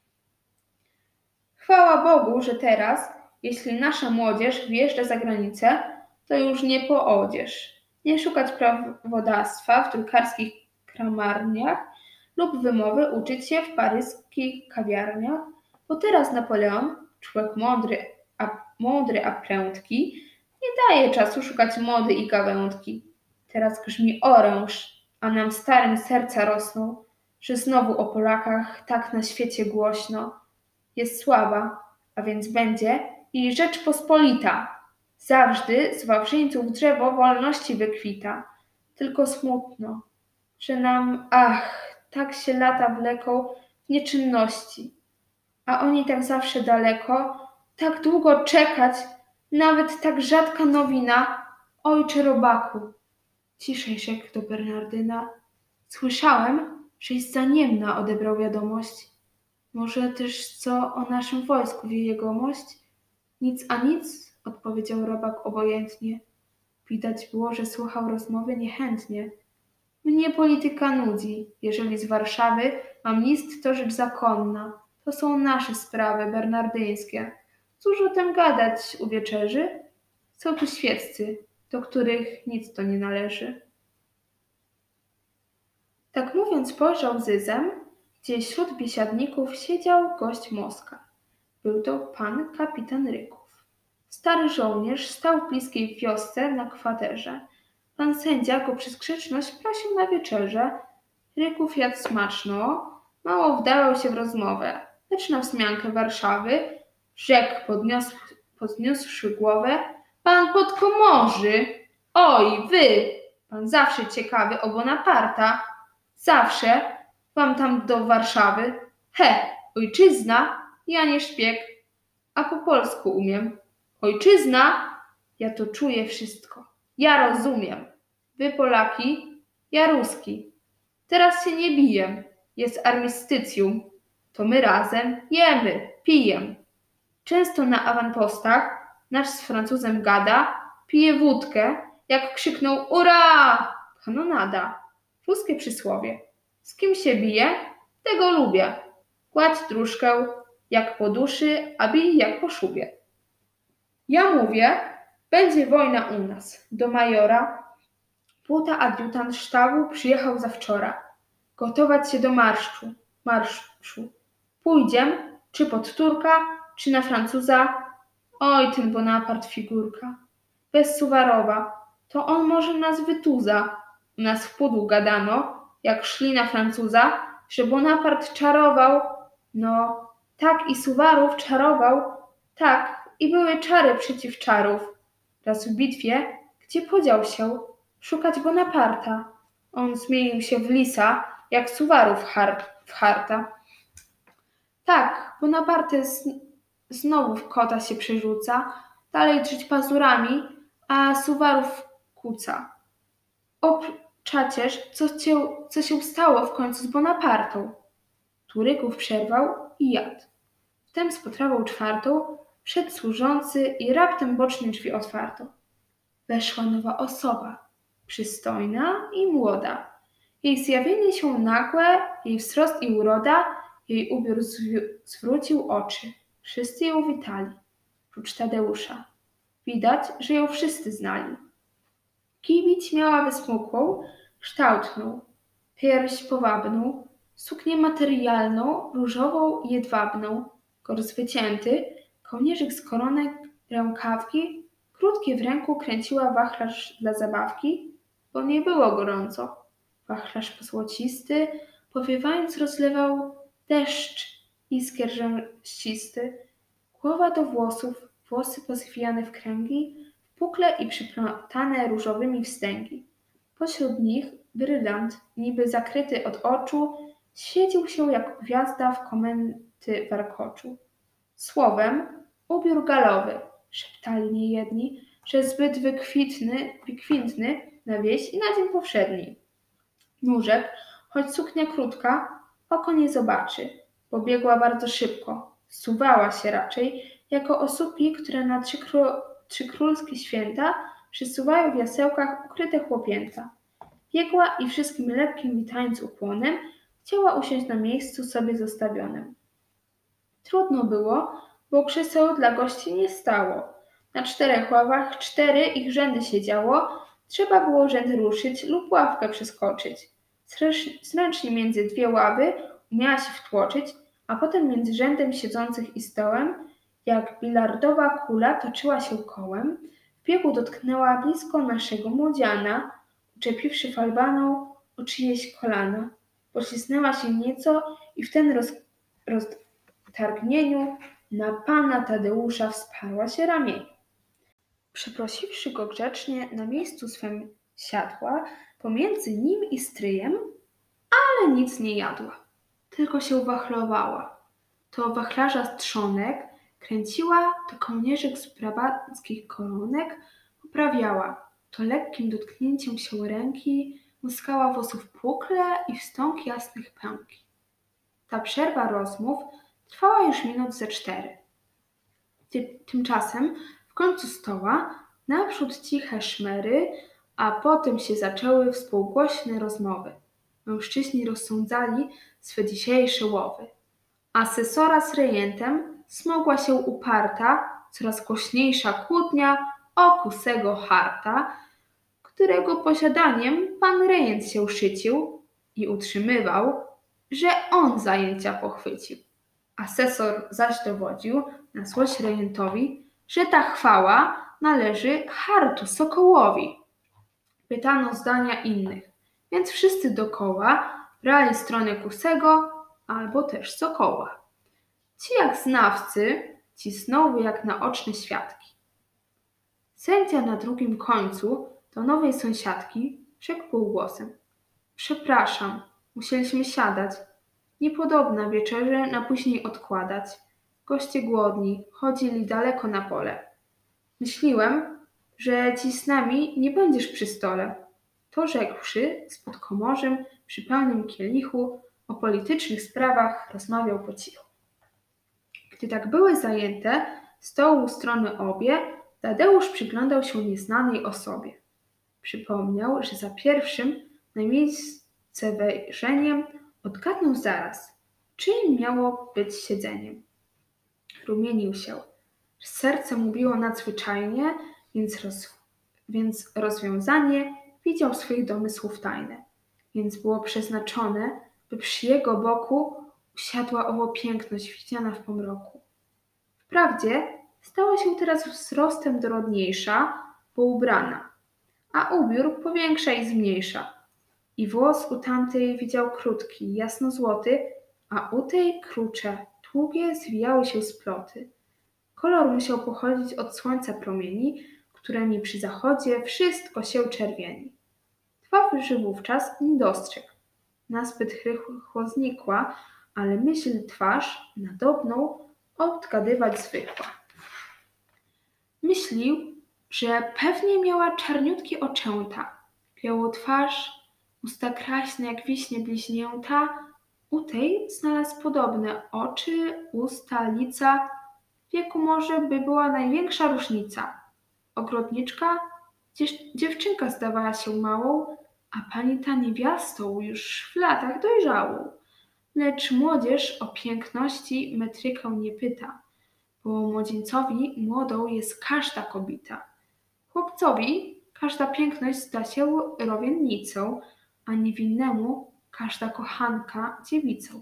Chwała Bogu, że teraz, jeśli nasza młodzież wjeżdża za granicę, to już nie po odzież. Nie szukać prawodawstwa w drukarskich kramarniach lub wymowy uczyć się w paryskich kawiarniach, bo teraz Napoleon, człowiek mądry a, mądry, a prędki, nie daje czasu szukać mody i gawędki. Teraz grzmi oręż, a nam starym serca rosną, że znowu o Polakach tak na świecie głośno. Jest sława, a więc będzie i Rzeczpospolita. Zawsze z Wawrzyńców drzewo wolności wykwita. Tylko smutno, że nam, ach, tak się lata wleką w nieczynności, a oni tak zawsze daleko, tak długo czekać, nawet tak rzadka nowina, ojcze robaku. Ciszej rzekł do Bernardyna. Słyszałem, żeś za niemna odebrał wiadomość. Może też co o naszym wojsku wie jegomość? Nic a nic, odpowiedział robak obojętnie. Widać było, że słuchał rozmowy niechętnie. Mnie polityka nudzi. Jeżeli z Warszawy mam list, to rzecz zakonna. To są nasze sprawy bernardyńskie. Cóż o tym gadać u wieczerzy? Są tu świeccy, do których nic to nie należy. Tak mówiąc pojrzał zyzem, gdzie wśród biesiadników siedział gość Moskal. Był to pan kapitan Ryków. Stary żołnierz stał w bliskiej wiosce na kwaterze. Pan sędzia go przez grzeczność prosił na wieczerzę. Ryków jadł smaczno, mało wdawał się w rozmowę, lecz na wzmiankę Warszawy rzekł podnios, podniósłszy głowę: pan podkomorzy! Oj, wy! Pan zawsze ciekawy o Bonaparta. Zawsze wam tam do Warszawy. He, ojczyzna, ja nie szpieg, a po polsku umiem. Ojczyzna, ja to czuję wszystko. Ja rozumiem. Wy Polaki, ja Ruski. Teraz się nie biję. Jest armistycjum. To my razem jemy, pijem. Często na awanpostach nasz z Francuzem gada, pije wódkę, jak krzyknął ura! Kanonada. Ruskie przysłowie. Z kim się bije, tego lubię. Gładź dróżkę jak po duszy, a bij jak po szubie. Ja mówię, będzie wojna u nas. Do majora Płota adiutant sztabu przyjechał zawczora. Gotować się do marszu. marszu. Pójdziem, czy pod Turka, czy na Francuza. Oj, ten Bonapart figurka. Bez Suwarowa. To on może nas wytuza. U nas w pudłu gadano, jak szli na Francuza, że Bonapart czarował. No, tak i Suwarów czarował. Tak, i były czary przeciw czarów. Raz w bitwie, gdzie podział się, szukać Bonaparta. On zmienił się w lisa, jak Suwarów w harta. Tak, Bonaparte z, znowu w kota się przerzuca, dalej drzeć pazurami, a Suwarów kuca. O czacierz, co, cię, co się stało w końcu z Bonapartą? Turyków przerwał i jadł. Wtem z potrawą czwartą wszedł służący i raptem bocznie drzwi otwarto. Weszła nowa osoba, przystojna i młoda. Jej zjawienie się nagłe, jej wzrost i uroda, jej ubiór zwi- zwrócił oczy. Wszyscy ją witali, prócz Tadeusza. Widać, że ją wszyscy znali. Kibić miała wysmukłą, kształtną, pierś powabną, suknię materialną, różową i jedwabną, gors wycięty, kołnierzyk z koronek, rękawki, krótkie w ręku kręciła wachlarz dla zabawki, bo nie było gorąco. Wachlarz pozłocisty, powiewając rozlewał deszcz iskier rzęścisty. Głowa do włosów, włosy pozwijane w kręgi, pukle i przyplątane różowymi wstęgi. Pośród nich brylant, niby zakryty od oczu, świecił się jak gwiazda w komenty warkoczu. Słowem, ubiór galowy, szeptali niejedni, że zbyt wykwitny, wykwintny na wieś i na dzień powszedni. Nóżek, choć suknia krótka, oko nie zobaczy, bo biegła bardzo szybko, zsuwała się raczej, jako osóbki, które na trzy, kró- trzy królskie święta przysuwają w jasełkach ukryte chłopięta. Biegła i wszystkim lepkim witając ukłonem, chciała usiąść na miejscu sobie zostawionym. Trudno było, bo krzeseł dla gości nie stało. Na czterech ławach cztery ich rzędy siedziało, trzeba było rzęd ruszyć lub ławkę przeskoczyć. Zręcznie między dwie ławy umiała się wtłoczyć, a potem między rzędem siedzących i stołem, jak bilardowa kula toczyła się kołem, w biegu dotknęła blisko naszego młodziana, uczepiwszy falbaną o czyjeś kolana. Poślizgnęła się nieco i w ten roz, roztargnieniu na pana Tadeusza wsparła się ramieniem. Przeprosiwszy go grzecznie, na miejscu swym siadła, pomiędzy nim i stryjem, ale nic nie jadła, tylko się wachlowała. To wachlarza trzonek kręciła, to kołnierzyk z brabanckich koronek poprawiała, to lekkim dotknięciem się ręki muskała włosów pukle i wstąg jasnych pęki. Ta przerwa rozmów trwała już minut ze cztery. Ty- Tymczasem w końcu stoła naprzód ciche szmery, a potem się zaczęły współgłośne rozmowy. Mężczyźni rozsądzali swe dzisiejsze łowy. Asesora z rejentem smogła się uparta, coraz głośniejsza kłótnia o kusego harta, którego posiadaniem pan rejent się szycił i utrzymywał, że on zajęcia pochwycił. Asesor zaś dowodził na złość rejentowi, że ta chwała należy hartu Sokołowi. Pytano zdania innych, więc wszyscy dokoła brali stronę kusego albo też Sokoła. Ci jak znawcy cisnęły jak naoczne świadki. Sędzia na drugim końcu do nowej sąsiadki rzekł półgłosem: Przepraszam, musieliśmy siadać. Niepodobna wieczerzę na później odkładać. Goście głodni, chodzili daleko na pole. Myśliłem, że dziś z nami nie będziesz przy stole. To rzekłszy, spod komorzem przy pełnym kielichu o politycznych sprawach rozmawiał po cichu. Gdy tak były zajęte stołu strony obie, Tadeusz przyglądał się nieznanej osobie. Przypomniał, że za pierwszym na miejsce wejrzeniem odgadnął zaraz, czyim miało być siedzeniem. Rumienił się. Serce mu biło nadzwyczajnie, więc, roz, więc rozwiązanie widział swych domysłów tajne. Więc było przeznaczone, by przy jego boku usiadła owo piękność widziana w pomroku. Wprawdzie stała się teraz wzrostem dorodniejsza, bo ubrana, a ubiór powiększa i zmniejsza. I włos u tamtej widział krótki, jasnozłoty, a u tej krucze, długie, zwijały się sploty. Kolor musiał pochodzić od słońca promieni, którymi przy zachodzie wszystko się czerwieni. Twarzy wówczas nie dostrzegł. Nazbyt rychło znikła, ale myśl twarz nadobną odgadywać zwykła. Myślił, że pewnie miała czarniutkie oczęta, białą twarz, usta kraśne jak wiśnie bliźnięta. U tej znalazł podobne oczy, usta, lica. W wieku może by była największa różnica. Ogrodniczka, dziew- dziewczynka zdawała się małą, a pani ta niewiastą już w latach dojrzałą. Lecz młodzież o piękności metrykę nie pyta, bo młodzieńcowi młodą jest każda kobita. Chłopcowi każda piękność zda się rowiennicą, a niewinnemu każda kochanka dziewicą.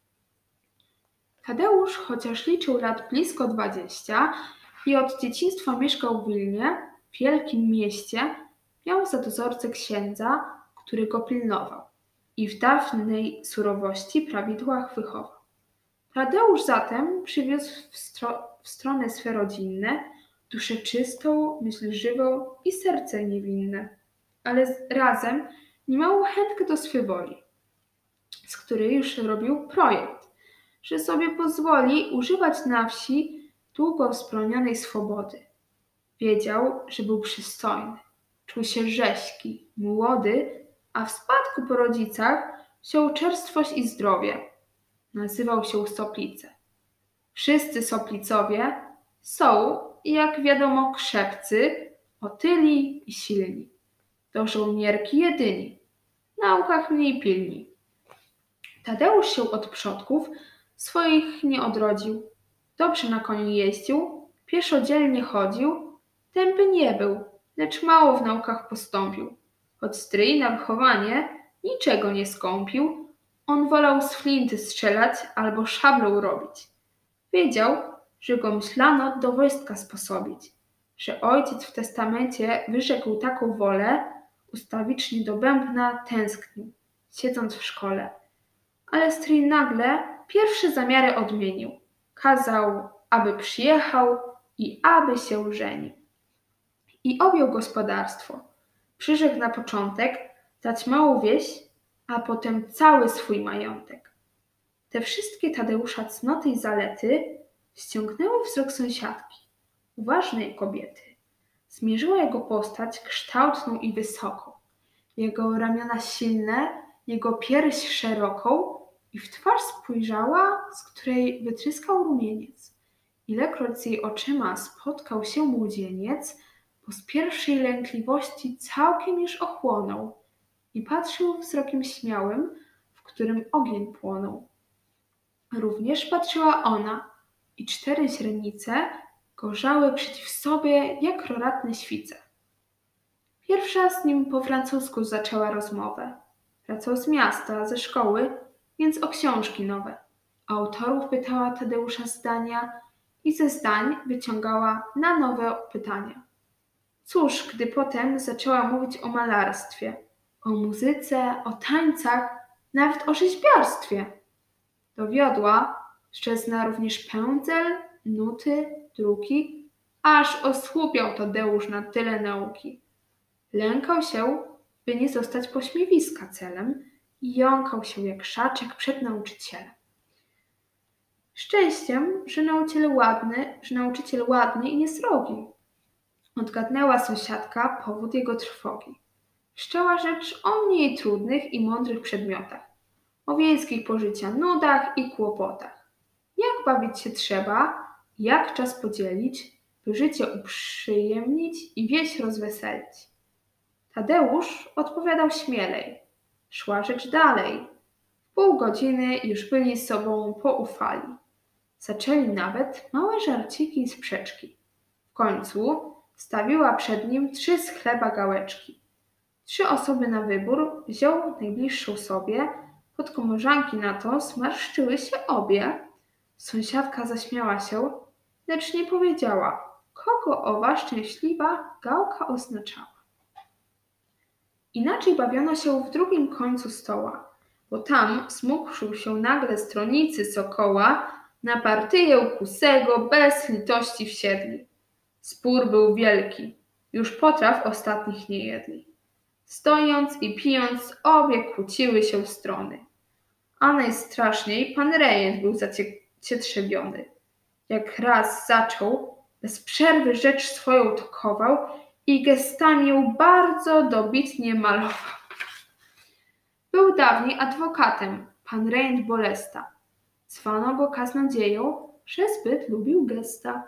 Tadeusz, chociaż liczył lat blisko dwadzieścia i od dzieciństwa mieszkał w Wilnie, w wielkim mieście, miał za dozorcę księdza, który go pilnował i w dawnej surowości prawidłach wychował. Tadeusz zatem przywiózł w, stro- w stronę swe rodzinne duszę czystą, myśl żywą i serce niewinne, ale z- razem niemałą chętkę do swej woli, z której już robił projekt, że sobie pozwoli używać na wsi długo wzbronionej swobody. Wiedział, że był przystojny, czuł się rześki, młody, a w spadku po rodzicach wziął czerstwość i zdrowie. Nazywał się Soplice. Wszyscy Soplicowie są, jak wiadomo, krzepcy, otyli i silni. Do żołnierki jedyni, w naukach mniej pilni. Tadeusz się od przodków swoich nie odrodził. Dobrze na koniu jeździł, pieszo dzielnie chodził, tępy nie był, lecz mało w naukach postąpił. Choć stryj na wychowanie niczego nie skąpił, on wolał z flinty strzelać albo szablą robić. Wiedział, że go myślano do wojska sposobić, że ojciec w testamencie wyrzekł taką wolę, ustawicznie do bębna tęsknił, siedząc w szkole. Ale stryj nagle pierwsze zamiary odmienił. Kazał, aby przyjechał i aby się żenił. I objął gospodarstwo. Przyrzekł na początek dać małą wieś, a potem cały swój majątek. Te wszystkie Tadeusza cnoty i zalety ściągnęły wzrok sąsiadki, uważnej kobiety. Zmierzyła jego postać kształtną i wysoką, jego ramiona silne, jego pierś szeroką i w twarz spojrzała, z której wytryskał rumieniec. Ilekroć z jej oczyma spotkał się młodzieniec, bo z pierwszej lękliwości całkiem już ochłonął i patrzył wzrokiem śmiałym, w którym ogień płonął. Również patrzyła ona i cztery źrenice gorzały przeciw sobie jak roratne świce. Pierwsza z nim po francusku zaczęła rozmowę. Wracał z miasta, ze szkoły, więc o książki nowe. Autorów pytała Tadeusza zdania i ze zdań wyciągała na nowe pytania. Cóż, gdy potem zaczęła mówić o malarstwie, o muzyce, o tańcach, nawet o rzeźbiarstwie. Dowiodła, że zna również pędzel, nuty, druki, aż osłupiał Tadeusz na tyle nauki. Lękał się, by nie zostać pośmiewiska celem i jąkał się jak szaczek przed nauczycielem. Szczęściem, że nauczyciel ładny, że nauczyciel ładny i niesrogi. Odgadnęła sąsiadka powód jego trwogi. Wszczęła rzecz o mniej trudnych i mądrych przedmiotach, o wiejskich pożycia nudach i kłopotach. Jak bawić się trzeba, jak czas podzielić, by życie uprzyjemnić i wieś rozweselić. Tadeusz odpowiadał śmielej. Szła rzecz dalej. W pół godziny już byli sobą poufali. Zaczęli nawet małe żarciki i sprzeczki. W końcu stawiła przed nim trzy z chleba gałeczki. Trzy osoby na wybór wziął najbliższą sobie, pod komorzanki na to zmarszczyły się obie. Sąsiadka zaśmiała się, lecz nie powiedziała, kogo owa szczęśliwa gałka oznaczała. Inaczej bawiono się w drugim końcu stoła, bo tam smukczył się nagle stronicy sokoła na partyję kusego bez litości wsiedli. Spór był wielki, już potraw ostatnich nie jedli. Stojąc i pijąc, obie kłóciły się strony. A najstraszniej pan rejent był zacietrzewiony. Jak raz zaczął, bez przerwy rzecz swoją tokował i gestami ją bardzo dobitnie malował. Był dawniej adwokatem, pan rejent Bolesta. Zwano go kaznodzieją, że zbyt lubił gesta.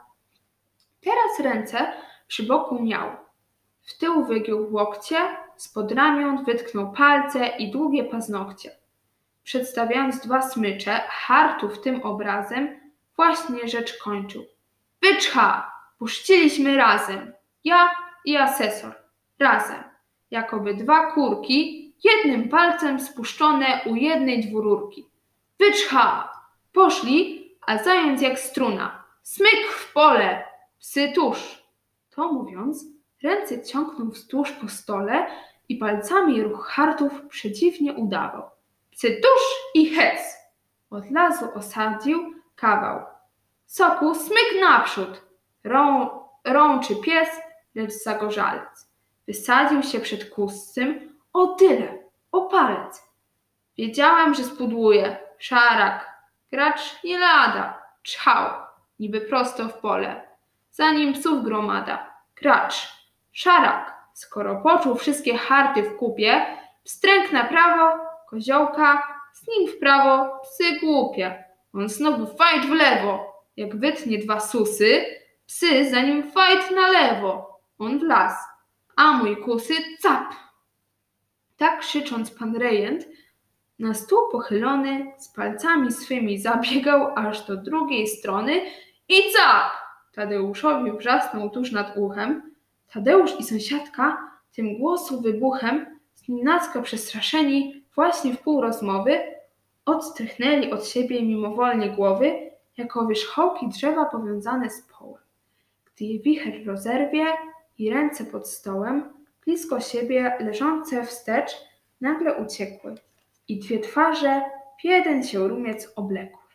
Teraz ręce przy boku miał. W tył wygiął łokcie, spod ramion wytknął palce i długie paznokcie. Przedstawiając dwa smycze, hartów tym obrazem, właśnie rzecz kończył. Wyczcha! Puściliśmy razem, ja i asesor, razem, jakoby dwa kurki, jednym palcem spuszczone u jednej dwururki. Wyczcha! Poszli, a zając jak struna. Smyk w pole, psy tuż. To mówiąc, ręce ciągnął wzdłuż po stole i palcami ruch hartów przedziwnie udawał. Psy tuż i hec. Od lazu osadził kawał. Soku smyk naprzód. Rą, rączy pies, lecz zagorzalec. Wysadził się przed kuscym. O tyle, o palec. Wiedziałem, że spudłuje. Szarak. Gracz nie lada. Czchał, niby prosto w pole. Za nim psów gromada. Gracz. Szarak. Skoro poczuł wszystkie harty w kupie, pstręk na prawo, koziołka, z nim w prawo, psy głupie. On znowu fajt w lewo. Jak wytnie dwa susy, psy za nim fajt na lewo. On w las, a mój kusy cap. Tak krzycząc pan rejent, na stół pochylony, z palcami swymi zabiegał aż do drugiej strony i cap! Tadeuszowi wrzasnął tuż nad uchem. Tadeusz i sąsiadka tym głosu wybuchem, znienacka przestraszeni, właśnie w pół rozmowy, odstrychnęli od siebie mimowolnie głowy, jako wierzchołki drzewa powiązane z połem. Gdy je wicher rozerwie i ręce pod stołem, blisko siebie leżące wstecz, nagle uciekły i dwie twarze w jeden się rumiec oblekły.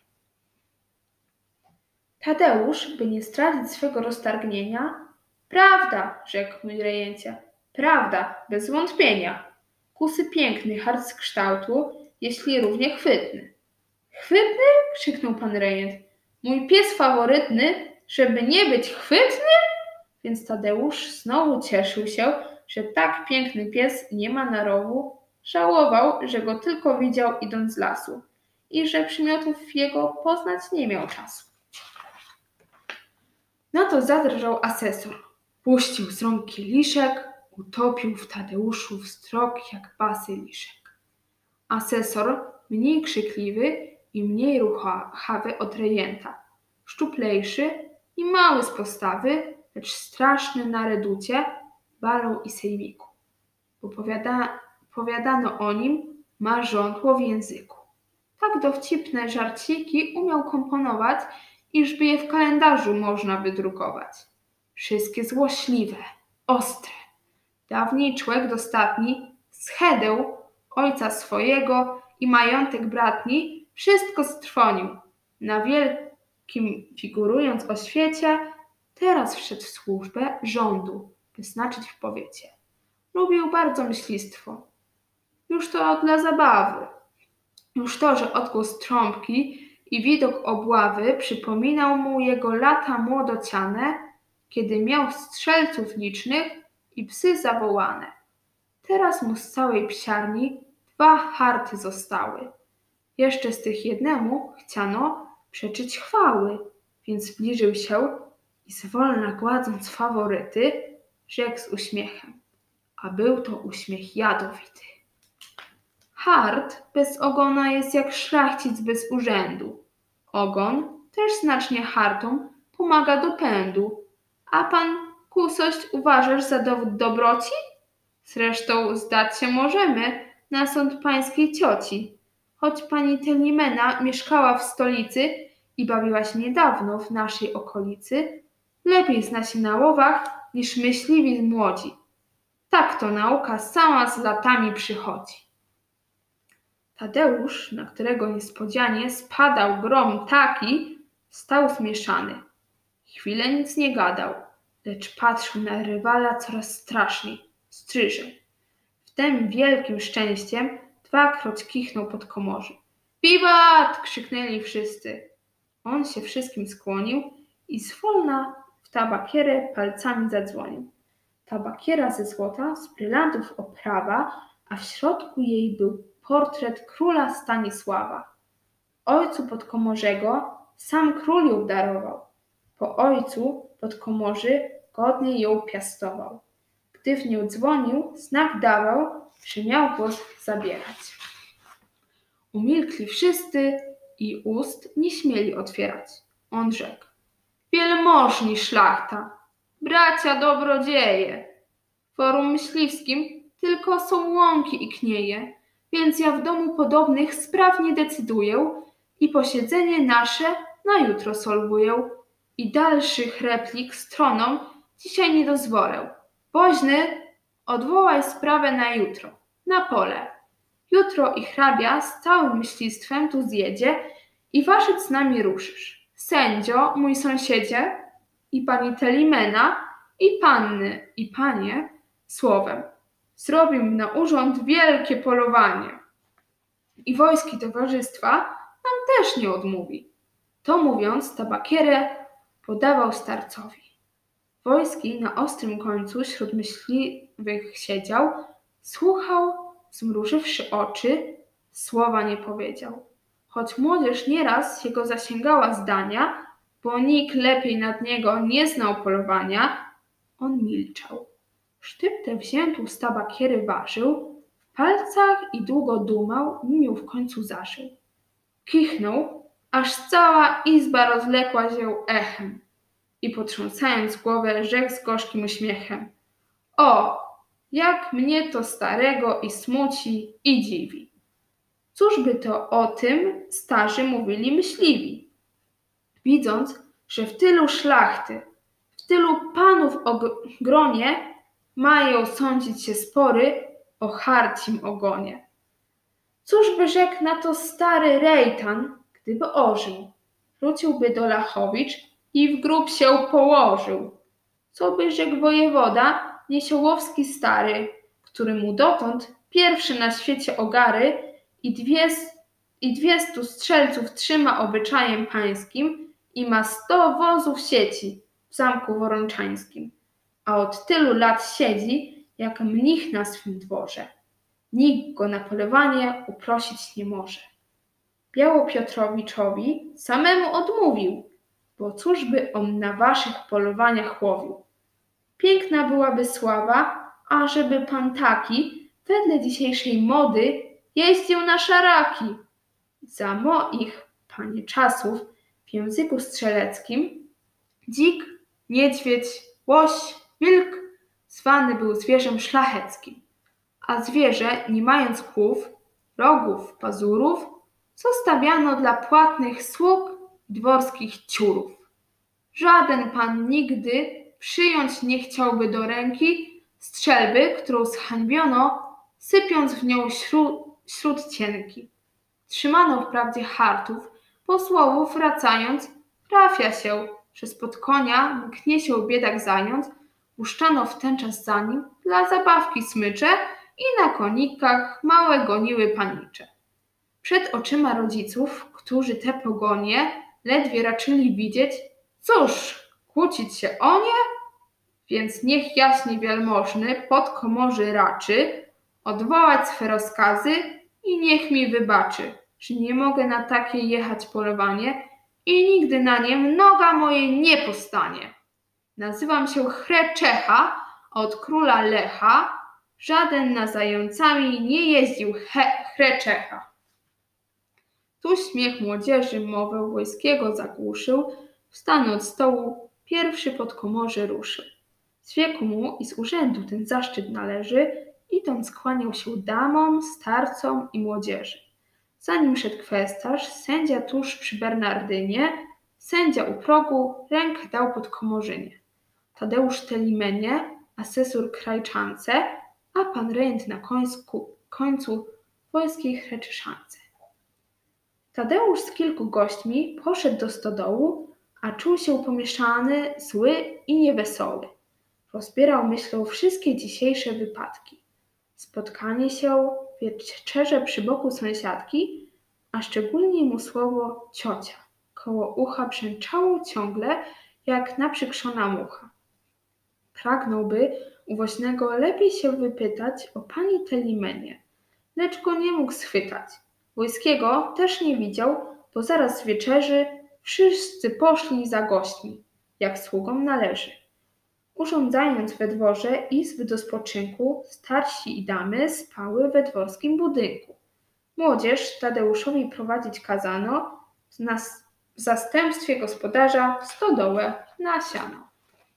Tadeusz, by nie stracić swego roztargnienia, prawda, rzekł mój rejencie, prawda, bez wątpienia. Kusy piękny, hart z kształtu, jeśli równie chwytny. Chwytny? Krzyknął pan rejent. Mój pies faworytny, żeby nie być chwytny? Więc Tadeusz znowu cieszył się, że tak piękny pies nie ma na rowu, żałował, że go tylko widział idąc z lasu i że przymiotów jego poznać nie miał czasu. Na to zadrżał asesor. Puścił z rąk kieliszek, utopił w Tadeuszu wzrok jak bazyliszek. Asesor, mniej krzykliwy i mniej ruchawy od rejenta, szczuplejszy i mały z postawy, lecz straszny na reducie, balą i sejmiku, bo powiada, powiadano o nim ma żądło w języku. Tak dowcipne żarciki umiał komponować, iżby je w kalendarzu można wydrukować. Wszystkie złośliwe, ostre. Dawniej człek dostatni, schedeł ojca swojego i majątek bratni, wszystko strwonił. Na wielkim figurując o świecie, teraz wszedł w służbę rządu, by znaczyć w powiecie. Lubił bardzo myślistwo. Już to dla zabawy. Już to, że odgłos trąbki i widok obławy przypominał mu jego lata młodociane, kiedy miał strzelców licznych i psy zawołane. Teraz mu z całej psiarni dwa harty zostały. Jeszcze z tych jednemu chciano przeczyć chwały, więc zbliżył się i zwolna gładząc faworyty, rzekł z uśmiechem, a był to uśmiech jadowity. Hart bez ogona jest jak szlachcic bez urzędu. Ogon też znacznie hartom pomaga do pędu. A pan kusość uważasz za dowód dobroci? Zresztą zdać się możemy na sąd pańskiej cioci. Choć pani Telimena mieszkała w stolicy i bawiła się niedawno w naszej okolicy, lepiej zna się na łowach niż myśliwi młodzi. Tak to nauka sama z latami przychodzi. Tadeusz, na którego niespodzianie spadał grom taki, stał zmieszany. Chwilę nic nie gadał, lecz patrzył na rywala coraz straszniej, stryżej. Wtem wielkim szczęściem dwakroć kichnął pod komorzy. Wiwat! Krzyknęli wszyscy. On się wszystkim skłonił i zwolna w tabakierę palcami zadzwonił. Tabakiera ze złota, z brylantów oprawa, a w środku jej był portret króla Stanisława. Ojcu podkomorzego sam król ją darował. Po ojcu podkomorzy godnie ją piastował. Gdy w nią dzwonił, znak dawał, że miał głos zabierać. Umilkli wszyscy i ust nie śmieli otwierać. On rzekł: wielmożni szlachta, bracia dobrodzieje, w forum myśliwskim tylko są łąki i knieje, więc ja w domu podobnych sprawnie decyduję i posiedzenie nasze na jutro solwuję i dalszych replik stronom dzisiaj nie dozwolę. Woźny, odwołaj sprawę na jutro, na pole. Jutro i hrabia z całym myślistwem tu zjedzie i waszyc z nami ruszysz. Sędzio, mój sąsiedzie, i pani Telimena, i panny, i panie, słowem, zrobimy na urząd wielkie polowanie. I wojski towarzystwa nam też nie odmówi. To mówiąc, tabakierę podawał starcowi. Wojski na ostrym końcu wśród myśliwych siedział, słuchał, zmrużywszy oczy, słowa nie powiedział. Choć młodzież nieraz jego zasięgała zdania, bo nikt lepiej nad niego nie znał polowania, on milczał. Sztyptę wziętą z tabakiery ważył, w palcach i długo dumał, nim ją w końcu zażył. Kichnął, aż cała izba rozległa się echem i potrząsając głowę, rzekł z gorzkim uśmiechem: o, jak mnie to starego i smuci i dziwi. Cóż by to o tym starzy mówili myśliwi? Widząc, że w tylu szlachty, w tylu panów o gronie mają sądzić się spory o harcim ogonie. Cóż by rzekł na to stary Rejtan, gdyby ożył? Wróciłby do Lachowicz i w grób się położył. Co by rzekł wojewoda Niesiołowski stary, który mu dotąd pierwszy na świecie ogary i dwie, i dwiestu strzelców trzyma obyczajem pańskim i ma sto wozów sieci w zamku woronczańskim, a od tylu lat siedzi jak mnich na swym dworze. Nikt go na polowanie uprosić nie może. Biało Piotrowiczowi samemu odmówił, bo cóż by on na waszych polowaniach łowił. Piękna byłaby sława, ażeby pan taki, wedle dzisiejszej mody, jeździł na szaraki. Za moich, panie czasów, w języku strzeleckim, dzik, niedźwiedź, łoś, wilk zwany był zwierzem szlacheckim, a zwierzę, nie mając kłów, rogów, pazurów, zostawiano dla płatnych sług i dworskich ciurów. Żaden pan nigdy przyjąć nie chciałby do ręki strzelby, którą zhańbiono, sypiąc w nią śród, śród cienki. Trzymano wprawdzie hartów, posłowów wracając, trafia się, że spod konia mknie się biedak zając, puszczano w ten czas za nim dla zabawki smycze i na konikach małe goniły panicze. Przed oczyma rodziców, którzy te pogonie ledwie raczyli widzieć, cóż, kłócić się o nie? Więc niech jaśnie wielmożny podkomorzy raczy odwołać swe rozkazy i niech mi wybaczy, że nie mogę na takie jechać polowanie i nigdy na niem noga moje nie postanie. Nazywam się Chreczecha, a od króla Lecha żaden na zającami nie jeździł he- Chreczecha. Tu śmiech młodzieży mowę Wojskiego zagłuszył, wstany od stołu, pierwszy podkomorzy ruszył. Z wieku mu i z urzędu ten zaszczyt należy, idąc kłaniał się damom, starcom i młodzieży. Zanim szedł kwestarz, sędzia tuż przy Bernardynie, sędzia u progu rękę dał podkomorzynie. Tadeusz Telimenie, asesor Krajczance, a pan rejent na końsku, końcu wojskiej Chreczyszance. Tadeusz z kilku gośćmi poszedł do stodołu, a czuł się pomieszany, zły i niewesoły. Rozbierał myślą wszystkie dzisiejsze wypadki. Spotkanie się, wieczerze przy boku sąsiadki, a szczególnie mu słowo ciocia koło ucha brzęczało ciągle jak naprzykrzona mucha. Pragnąłby u woźnego lepiej się wypytać o pani Telimenie, lecz go nie mógł schwytać. Wojskiego też nie widział, bo zaraz z wieczerzy wszyscy poszli za gośćmi, jak sługom należy. Urządzając we dworze izby do spoczynku, starsi i damy spały we dworskim budynku. Młodzież Tadeuszowi prowadzić kazano, w zastępstwie gospodarza w stodołę na siano.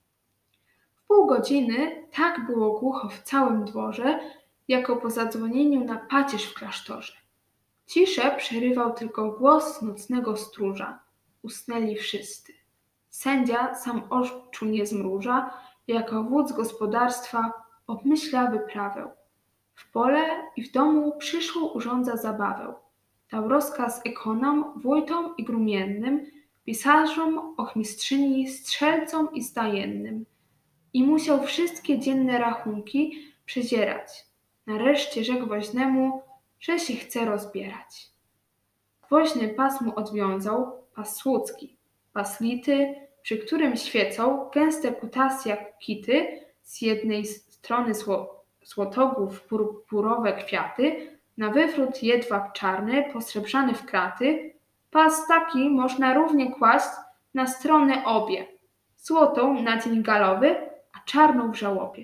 W pół godziny tak było głucho w całym dworze, jako po zadzwonieniu na pacierz w klasztorze. Ciszę przerywał tylko głos nocnego stróża. Usnęli wszyscy. Sędzia sam oczu nie zmruża, jako wódz gospodarstwa obmyśla wyprawę. W pole i w domu przyszło urządza zabawę. Dał rozkaz ekonom, wójtom i grumiennym, pisarzom, ochmistrzyni, strzelcom i stajennym. I musiał wszystkie dzienne rachunki przezierać. Nareszcie rzekł woźnemu, że się chce rozbierać. Woźny pas mu odwiązał, pas słudzki, pas lity, przy którym świecą gęste kutasy jak kity, z jednej strony zło, złotogłów purpurowe kwiaty, na wywrót jedwab czarny, posrebrzany w kraty. Pas taki można równie kłaść na strony obie, złotą na dzień galowy, a czarną w żałobie.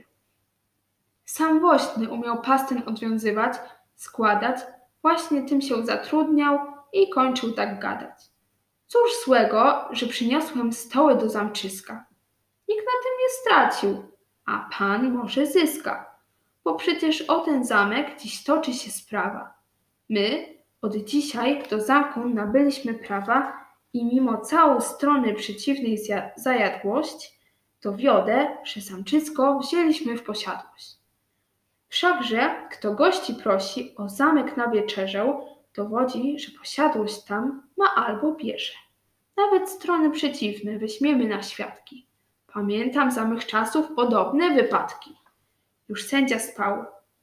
Sam woźny umiał pas ten odwiązywać, składać, właśnie tym się zatrudniał i kończył tak gadać. Cóż złego, że przyniosłem stoły do zamczyska. Nikt na tym nie stracił, a pan może zyska, bo przecież o ten zamek dziś toczy się sprawa. My od dzisiaj do zamku nabyliśmy prawa i mimo całą strony przeciwnej zajadłość, to wiodę, że zamczysko wzięliśmy w posiadłość. Wszakże, kto gości prosi o zamek na wieczerzę, dowodzi, że posiadłość tam ma albo bierze. Nawet strony przeciwne weźmiemy na świadki. Pamiętam za mych czasów podobne wypadki. Już sędzia spał,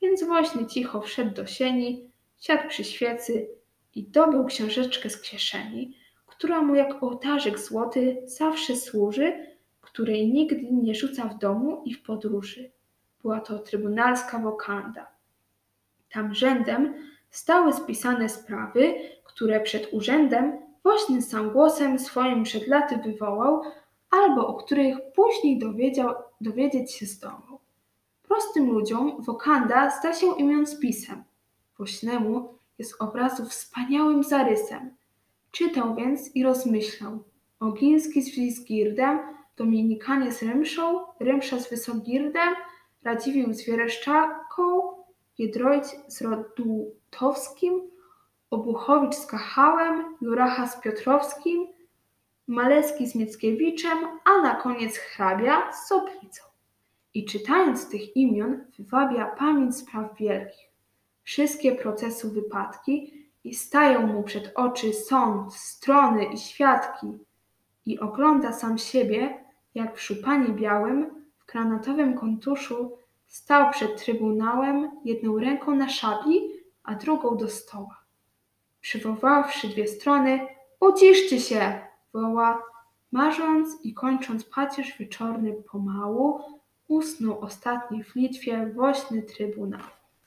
Więc Woźny cicho wszedł do sieni, siadł przy świecy i dobył książeczkę z kieszeni, która mu jak ołtarzyk złoty zawsze służy, której nigdy nie rzuca w domu i w podróży. Była to trybunalska wokanda. Tam rzędem stały spisane sprawy, które przed urzędem Woźny sam głosem swoim przed laty wywołał, albo o których później dowiedział, dowiedzieć się zdołał. Prostym ludziom wokanda zda się imion spisem. Woźnemu jest obrazu wspaniałym zarysem. Czytał więc i rozmyślał. Ogiński z Wisgirdem, Dominikanie z Rymszą, Rymsza z Wysogirdem, Radziwiłł z Wiereszczaką, Giedroyć z Rodutowskim, Obuchowicz z Kachałem, Juracha z Piotrowskim, Maleski z Mickiewiczem, a na koniec hrabia z Soplicą. I czytając tych imion wywabia pamięć spraw wielkich, wszystkie procesu wypadki i stają mu przed oczy sąd, strony i świadki i ogląda sam siebie, jak w szupanie białym, w granatowym kontuszu stał przed trybunałem jedną ręką na szabli, a drugą do stoła. Przywoławszy dwie strony, uciszcie się, woła, marząc i kończąc pacierz wieczorny pomału, usnął ostatni w Litwie woźny trybunał.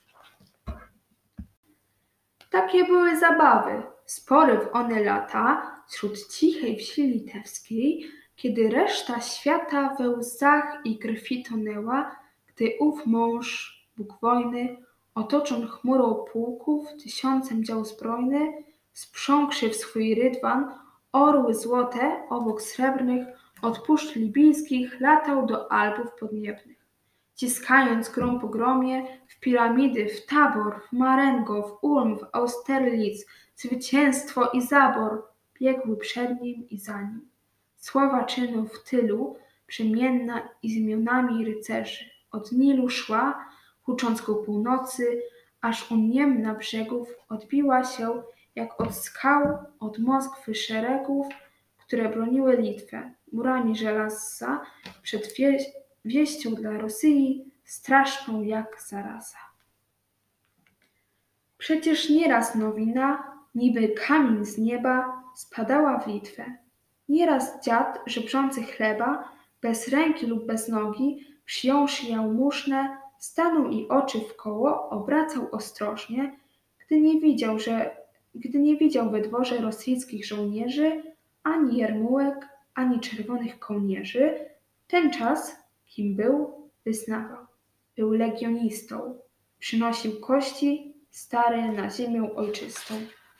Takie były zabawy, spory w one lata, wśród cichej wsi litewskiej, kiedy reszta świata we łzach i krwi tonęła, gdy ów mąż, Bóg wojny, otoczon chmurą pułków, tysiącem dział zbrojny, sprząkszy w swój rydwan orły złote obok srebrnych, od puszcz libijskich latał do Alpów podniebnych. Ciskając grom po gromie, w piramidy, w Tabor, w Marengo, w Ulm, w Austerlitz, zwycięstwo i zabor biegły przed nim i za nim. Sława czynów tylu, przemienna i z imionami rycerzy, od Nilu szła, hucząc ku północy, aż u Niemna brzegów odbiła się, jak od skał, od Moskwy szeregów, które broniły Litwę, murami żelaza, przed wieś, wieścią dla Rosji, straszną jak zaraza. Przecież nieraz nowina, niby kamień z nieba, spadała w Litwę. Nieraz dziad, żebrzący chleba, bez ręki lub bez nogi, przyjąwszy jałmużnę, stanął i oczy wkoło obracał ostrożnie, gdy nie widział, że, gdy nie widział we dworze rosyjskich żołnierzy, ani jarmułek, ani czerwonych kołnierzy. Ten czas, kim był, wyznawał. Był legionistą. Przynosił kości stare na ziemię ojczystą,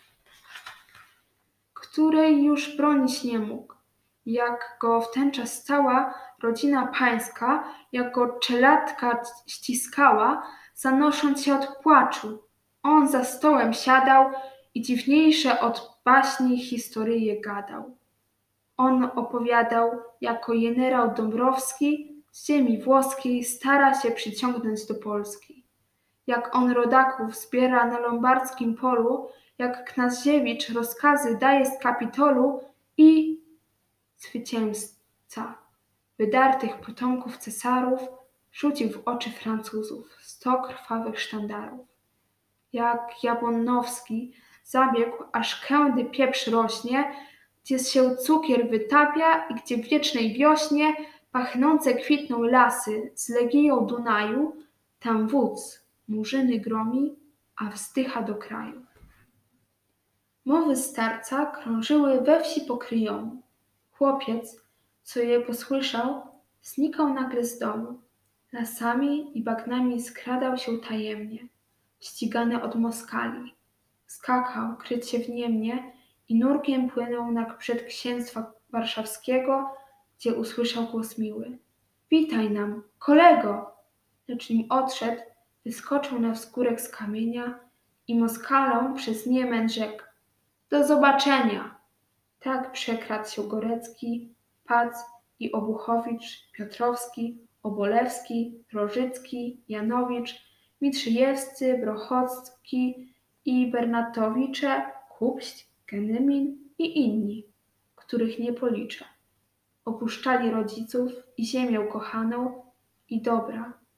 której już bronić nie mógł. Jak go wtenczas cała rodzina pańska, jako czelatka ściskała, zanosząc się od płaczu. On za stołem siadał i dziwniejsze od baśni historyje gadał. On opowiadał, jako generał Dąbrowski z ziemi włoskiej stara się przyciągnąć do Polski. Jak on rodaków zbiera na lombardzkim polu, jak Knazdziewicz rozkazy daje z Kapitolu i zwycięzca wydartych potomków cesarów rzucił w oczy Francuzów sto krwawych sztandarów. Jak Jabłonowski zabiegł, aż kędy pieprz rośnie, gdzie się cukier wytapia i gdzie w wiecznej wiośnie pachnące kwitną lasy z Legiją Dunaju, tam wódz murzyny gromi, a wzdycha do kraju. Mowy starca krążyły we wsi pokryjomu. Chłopiec, co je posłyszał, znikał nagle z domu. Lasami i bagnami skradał się tajemnie, ścigany od Moskali. Skakał, kryć się w niemnie i nurkiem płynął na przedksięstwa warszawskiego, gdzie usłyszał głos miły. Witaj nam, kolego! Lecz nim odszedł, wyskoczył na wzgórek z kamienia i Moskalom przez Niemen rzekł. Do zobaczenia! Tak przekradł się Gorecki, Pac i Obuchowicz, Piotrowski, Obolewski, Rożycki, Janowicz, Mitrzyjewscy, Brochocki i Bernatowicze, Kupść, Genymin i inni, których nie policzę. Opuszczali rodziców i ziemię kochaną i dobra,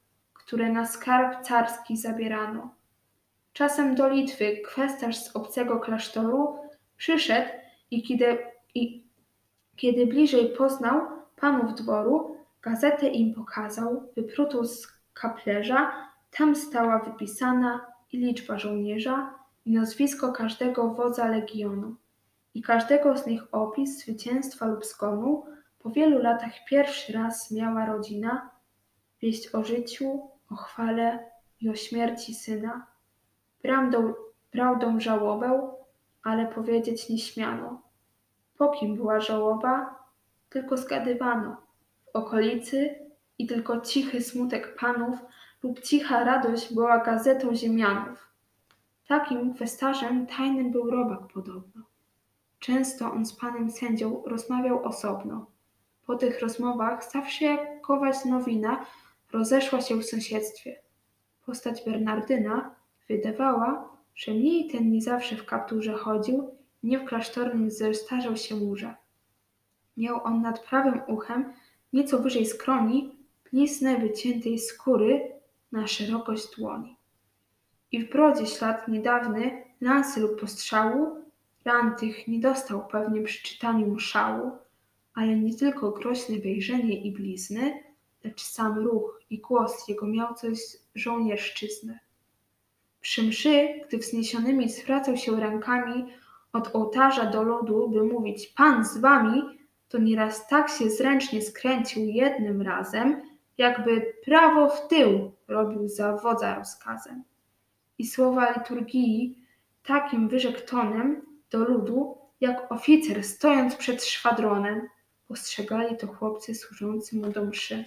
które na skarb carski zabierano. Czasem do Litwy kwestarz z obcego klasztoru przyszedł i kiedy, i kiedy bliżej poznał panów dworu, gazetę im pokazał, wyprutą z kaplerza, tam stała wypisana i liczba żołnierza, i nazwisko każdego wodza legionu, i każdego z nich opis zwycięstwa lub zgonu. Po wielu latach pierwszy raz miała rodzina wieść o życiu, o chwale i o śmierci syna. Prawdą, prawdą żałobę, ale powiedzieć nie śmiano. Po kim była żałoba? Tylko zgadywano. W okolicy i tylko cichy smutek panów lub cicha radość była gazetą ziemianów. Takim kwestarzem tajnym był robak podobno. Często on z panem sędzią rozmawiał osobno. Po tych rozmowach zawsze jakowaś nowina rozeszła się w sąsiedztwie. Postać Bernardyna wydawała, że mniej ten nie zawsze w kapturze chodził, nie w klasztornym zestarzał się murze. Miał on nad prawym uchem, nieco wyżej skroni, bliznę wyciętej skóry na szerokość dłoni. I w brodzie ślad niedawny lansy lub postrzału, ran tych nie dostał pewnie przy czytaniu szału, ale nie tylko groźne wejrzenie i blizny, lecz sam ruch i głos jego miał coś żołnierszczyzny. Przy mszy, gdy wzniesionymi zwracał się rękami od ołtarza do ludu, by mówić Pan z wami, to nieraz tak się zręcznie skręcił jednym razem, jakby prawo w tył robił za wodza rozkazem. I słowa liturgii takim wyrzekł tonem do ludu, jak oficer stojąc przed szwadronem. Postrzegali to chłopcy służący mu do mszy.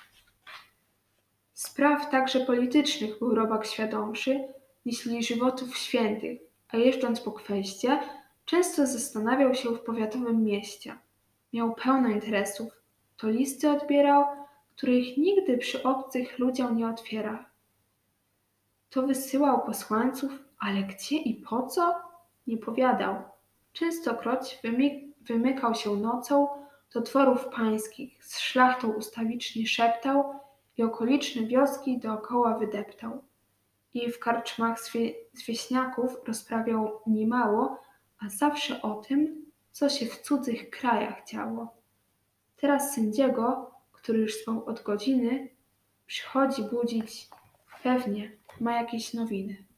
Spraw także politycznych był robak świadomszy, jeśli żywotów świętych, a jeżdżąc po kwestie, często zastanawiał się w powiatowym mieście. Miał pełno interesów, to listy odbierał, których nigdy przy obcych ludziom nie otwierał. To wysyłał posłańców, ale gdzie i po co? Nie powiadał. Częstokroć wymy- wymykał się nocą do dworów pańskich, z szlachtą ustawicznie szeptał i okoliczne wioski dookoła wydeptał. I w karczmach zwie- z wieśniaków rozprawiał niemało, a zawsze o tym, co się w cudzych krajach działo. Teraz sędziego, który już spał od godziny, przychodzi budzić, pewnie ma jakieś nowiny.